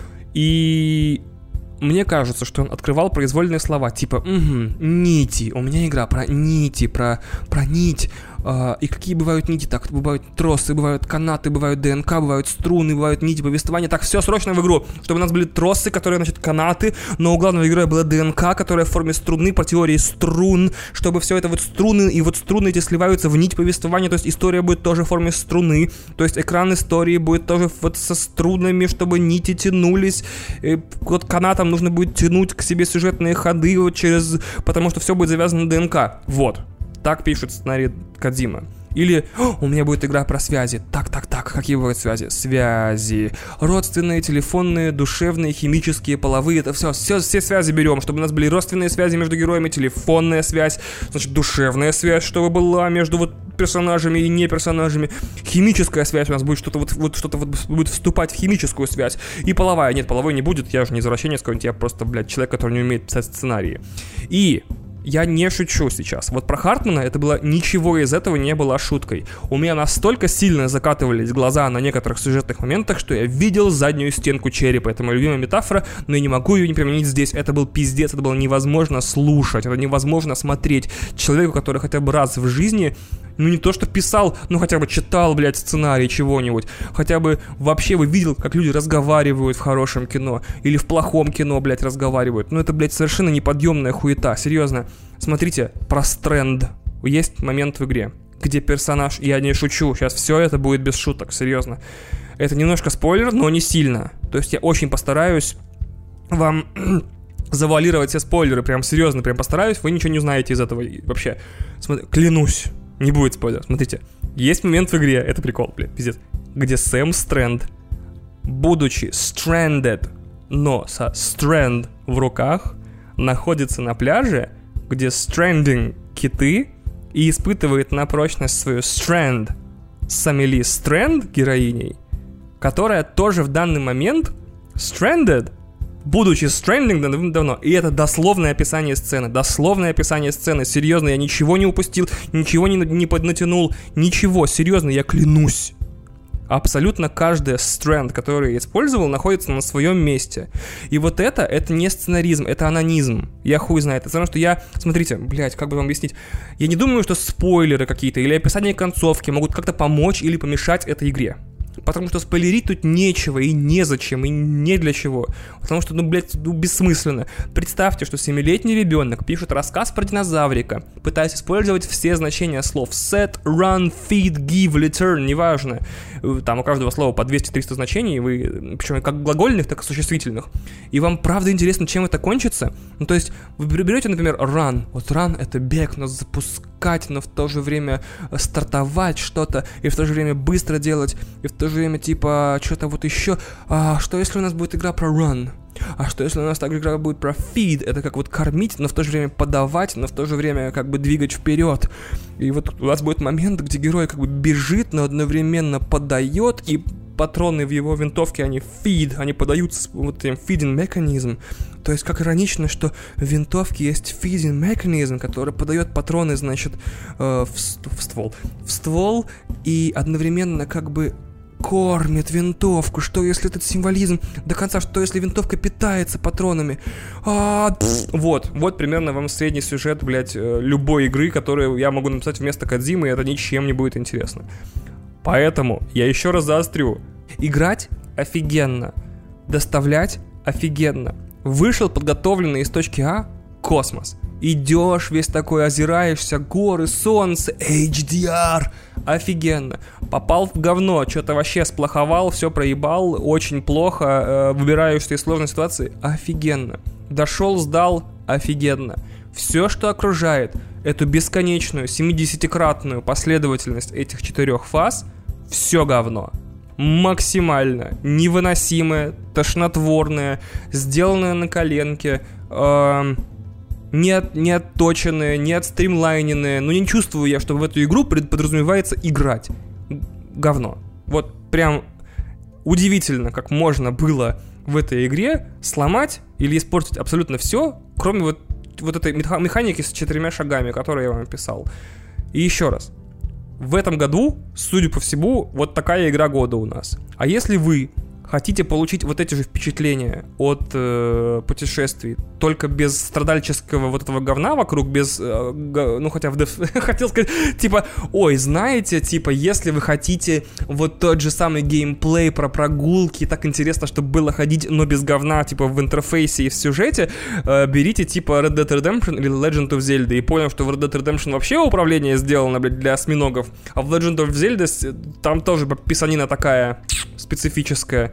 И мне кажется, что он открывал произвольные слова, типа угу, нити, у меня игра про нити, про, про нить, э, и какие бывают нити, так, бывают тросы, бывают канаты, бывают ДНК, бывают струны, бывают нити повествования, так, все срочно в игру, чтобы у нас были тросы, которые, значит, канаты, но у главного героя была ДНК, которая в форме струны, по теории струн, чтобы все это вот струны, и вот струны эти сливаются в нить повествования, то есть история будет тоже в форме струны, то есть экран истории будет тоже вот со струнами, чтобы нити тянулись, и вот канатом нужно будет тянуть к себе сюжетные ходы вот через... потому что все будет завязано на ДНК. Вот. Так пишет сценарий Кодзима. Или у меня будет игра про связи. Так, так, так, какие бывают связи? Связи. Родственные, телефонные, душевные, химические, половые. Это все, все, все связи берем, чтобы у нас были родственные связи между героями, телефонная связь, значит, душевная связь, чтобы была между вот персонажами и не персонажами. Химическая связь у нас будет что-то вот, вот что-то вот будет вступать в химическую связь. И половая. Нет, половой не будет, я же не извращенец какой-нибудь, я просто, блядь, человек, который не умеет писать сценарии. И я не шучу сейчас. Вот про Хартмана это было... Ничего из этого не было шуткой. У меня настолько сильно закатывались глаза на некоторых сюжетных моментах, что я видел заднюю стенку черепа. Это моя любимая метафора, но я не могу ее не применить здесь. Это был пиздец, это было невозможно слушать, это невозможно смотреть. Человеку, который хотя бы раз в жизни, ну не то что писал, ну хотя бы читал, блядь, сценарий чего-нибудь. Хотя бы вообще бы видел, как люди разговаривают в хорошем кино. Или в плохом кино, блядь, разговаривают. Ну это, блядь, совершенно неподъемная хуета. Серьезно. Смотрите, про стренд. Есть момент в игре, где персонаж, я не шучу, сейчас все это будет без шуток, серьезно. Это немножко спойлер, но не сильно. То есть я очень постараюсь вам завуалировать все спойлеры, прям серьезно, прям постараюсь, вы ничего не узнаете из этого вообще. Смотри, клянусь, не будет спойлеров. Смотрите, есть момент в игре, это прикол, блядь, пиздец, где Сэм Стрэнд, будучи stranded, но со Strand в руках, находится на пляже, где stranding киты, и испытывает на прочность свою Strand с Амели Стрэнд, героиней, которая тоже в данный момент stranded, будучи stranding давно, и это дословное описание сцены, дословное описание сцены, серьезно, я ничего не упустил, ничего не, не поднатянул, ничего, серьезно, я клянусь. Абсолютно каждая стрэнд, которую я использовал, находится на своем месте. И вот это, это не сценаризм, это анонизм. Я хуй знает. Это потому что я, смотрите, блядь, как бы вам объяснить. Я не думаю, что спойлеры какие-то или описание концовки могут как-то помочь или помешать этой игре. Потому что спойлерить тут нечего и незачем, и не для чего. Потому что, ну, блядь, ну, бессмысленно. Представьте, что семилетний ребенок пишет рассказ про динозаврика, пытаясь использовать все значения слов set, run, feed, give, return, неважно. Там у каждого слова по двести-триста значений, вы, причем как глагольных, так и существительных. И вам правда интересно, чем это кончится? Ну, то есть, вы берете, например, run. Вот run — это бег, но запускать, но в то же время стартовать что-то, и в то же время быстро делать, и в то же время, типа, что-то вот еще. А что если у нас будет игра про run? А что если у нас также игра будет про feed? Это как вот кормить, но в то же время подавать, но в то же время как бы двигать вперед. И вот у нас будет момент, где герой как бы бежит, но одновременно подает, и патроны в его винтовке, они feed, они подаются вот этим feeding механизм. То есть как иронично, что в винтовке есть feeding механизм, который подает патроны, значит, э, в, в ствол. В ствол и одновременно как бы кормит винтовку. Что если этот символизм до конца? Что если винтовка питается патронами? А, вот, вот примерно вам средний сюжет, блядь, любой игры, которую я могу написать вместо Кодзимы, и это ничем не будет интересно. Поэтому я еще раз заострю. Играть офигенно. Доставлять офигенно. Вышел подготовленный из точки А космос. Идешь весь такой, озираешься, горы, солнце, эйч ди ар, офигенно. Попал в говно, что-то вообще сплоховал, все проебал, очень плохо, э, выбираешься из сложной ситуации, офигенно. Дошел, сдал, офигенно. Все, что окружает эту бесконечную семидесятикратную последовательность этих четырех фаз, все говно. Максимально невыносимое, тошнотворное, сделанное на коленке, э, Не, от, не отточенные, не отстримлайненные. Ну не чувствую я, что в эту игру подразумевается играть. Говно. Вот прям удивительно, как можно было в этой игре сломать или испортить абсолютно все, кроме вот, вот этой механики с четырьмя шагами, которую я вам описал. И еще раз. В этом году, судя по всему, вот такая игра года у нас. А если вы хотите получить вот эти же впечатления от э, путешествий, только без страдальческого вот этого говна вокруг, без, э, г, ну хотя в Death, хотел сказать, типа, ой, знаете, типа, если вы хотите вот тот же самый геймплей про прогулки, так интересно, чтобы было ходить, но без говна, типа, в интерфейсе и в сюжете, э, берите, типа, Red Dead Redemption или Legend of Zelda, и понял, что в Red Dead Redemption вообще управление сделано, блядь, для осьминогов, а в Legend of Zelda там тоже писанина такая специфическая.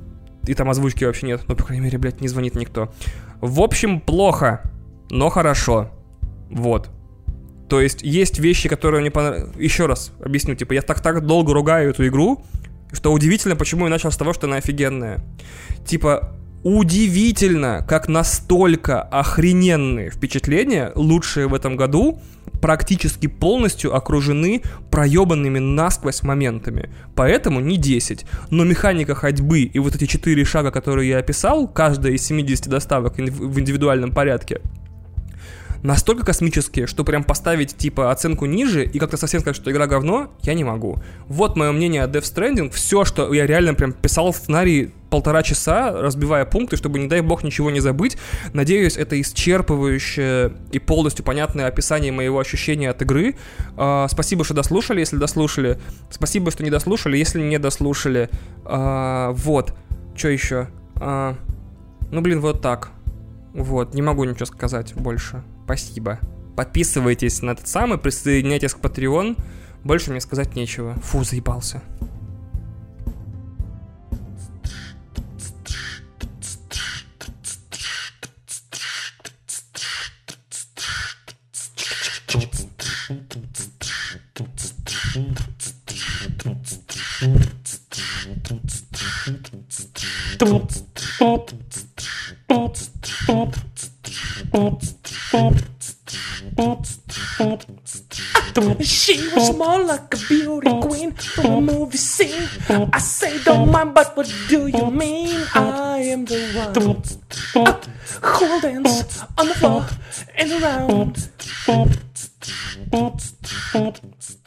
И там озвучки вообще нет. Ну, по крайней мере, блядь, не звонит никто. В общем, плохо, но хорошо. Вот. То есть, есть вещи, которые мне понравились. Еще раз объясню, типа, я так, так долго ругаю эту игру, что удивительно, почему я начал с того, что она офигенная. Типа, удивительно, как настолько охрененные впечатления, лучшие в этом году, практически полностью окружены проебанными насквозь моментами. Поэтому не десять. Но механика ходьбы и вот эти четыре шага, которые я описал, каждая из семидесяти доставок в индивидуальном порядке, настолько космические, что прям поставить, типа, оценку ниже и как-то совсем сказать, что игра говно, я не могу. Вот мое мнение о Death Stranding. Все, что я реально прям писал в сценарии полтора часа, разбивая пункты, чтобы, не дай бог, ничего не забыть. Надеюсь, это исчерпывающее и полностью понятное описание моего ощущения от игры. Uh, спасибо, что дослушали, если дослушали. Спасибо, что не дослушали, если не дослушали. Uh, вот. Что еще? Uh, ну, блин, вот так. Вот, не могу ничего сказать больше. Спасибо. Подписывайтесь на этот самый, присоединяйтесь к Patreon. Больше мне сказать нечего. Фу, заебался. She was more like a beauty queen from a movie scene. I say don't mind, but what do you mean? I am the one uh, who will dance on the floor and around.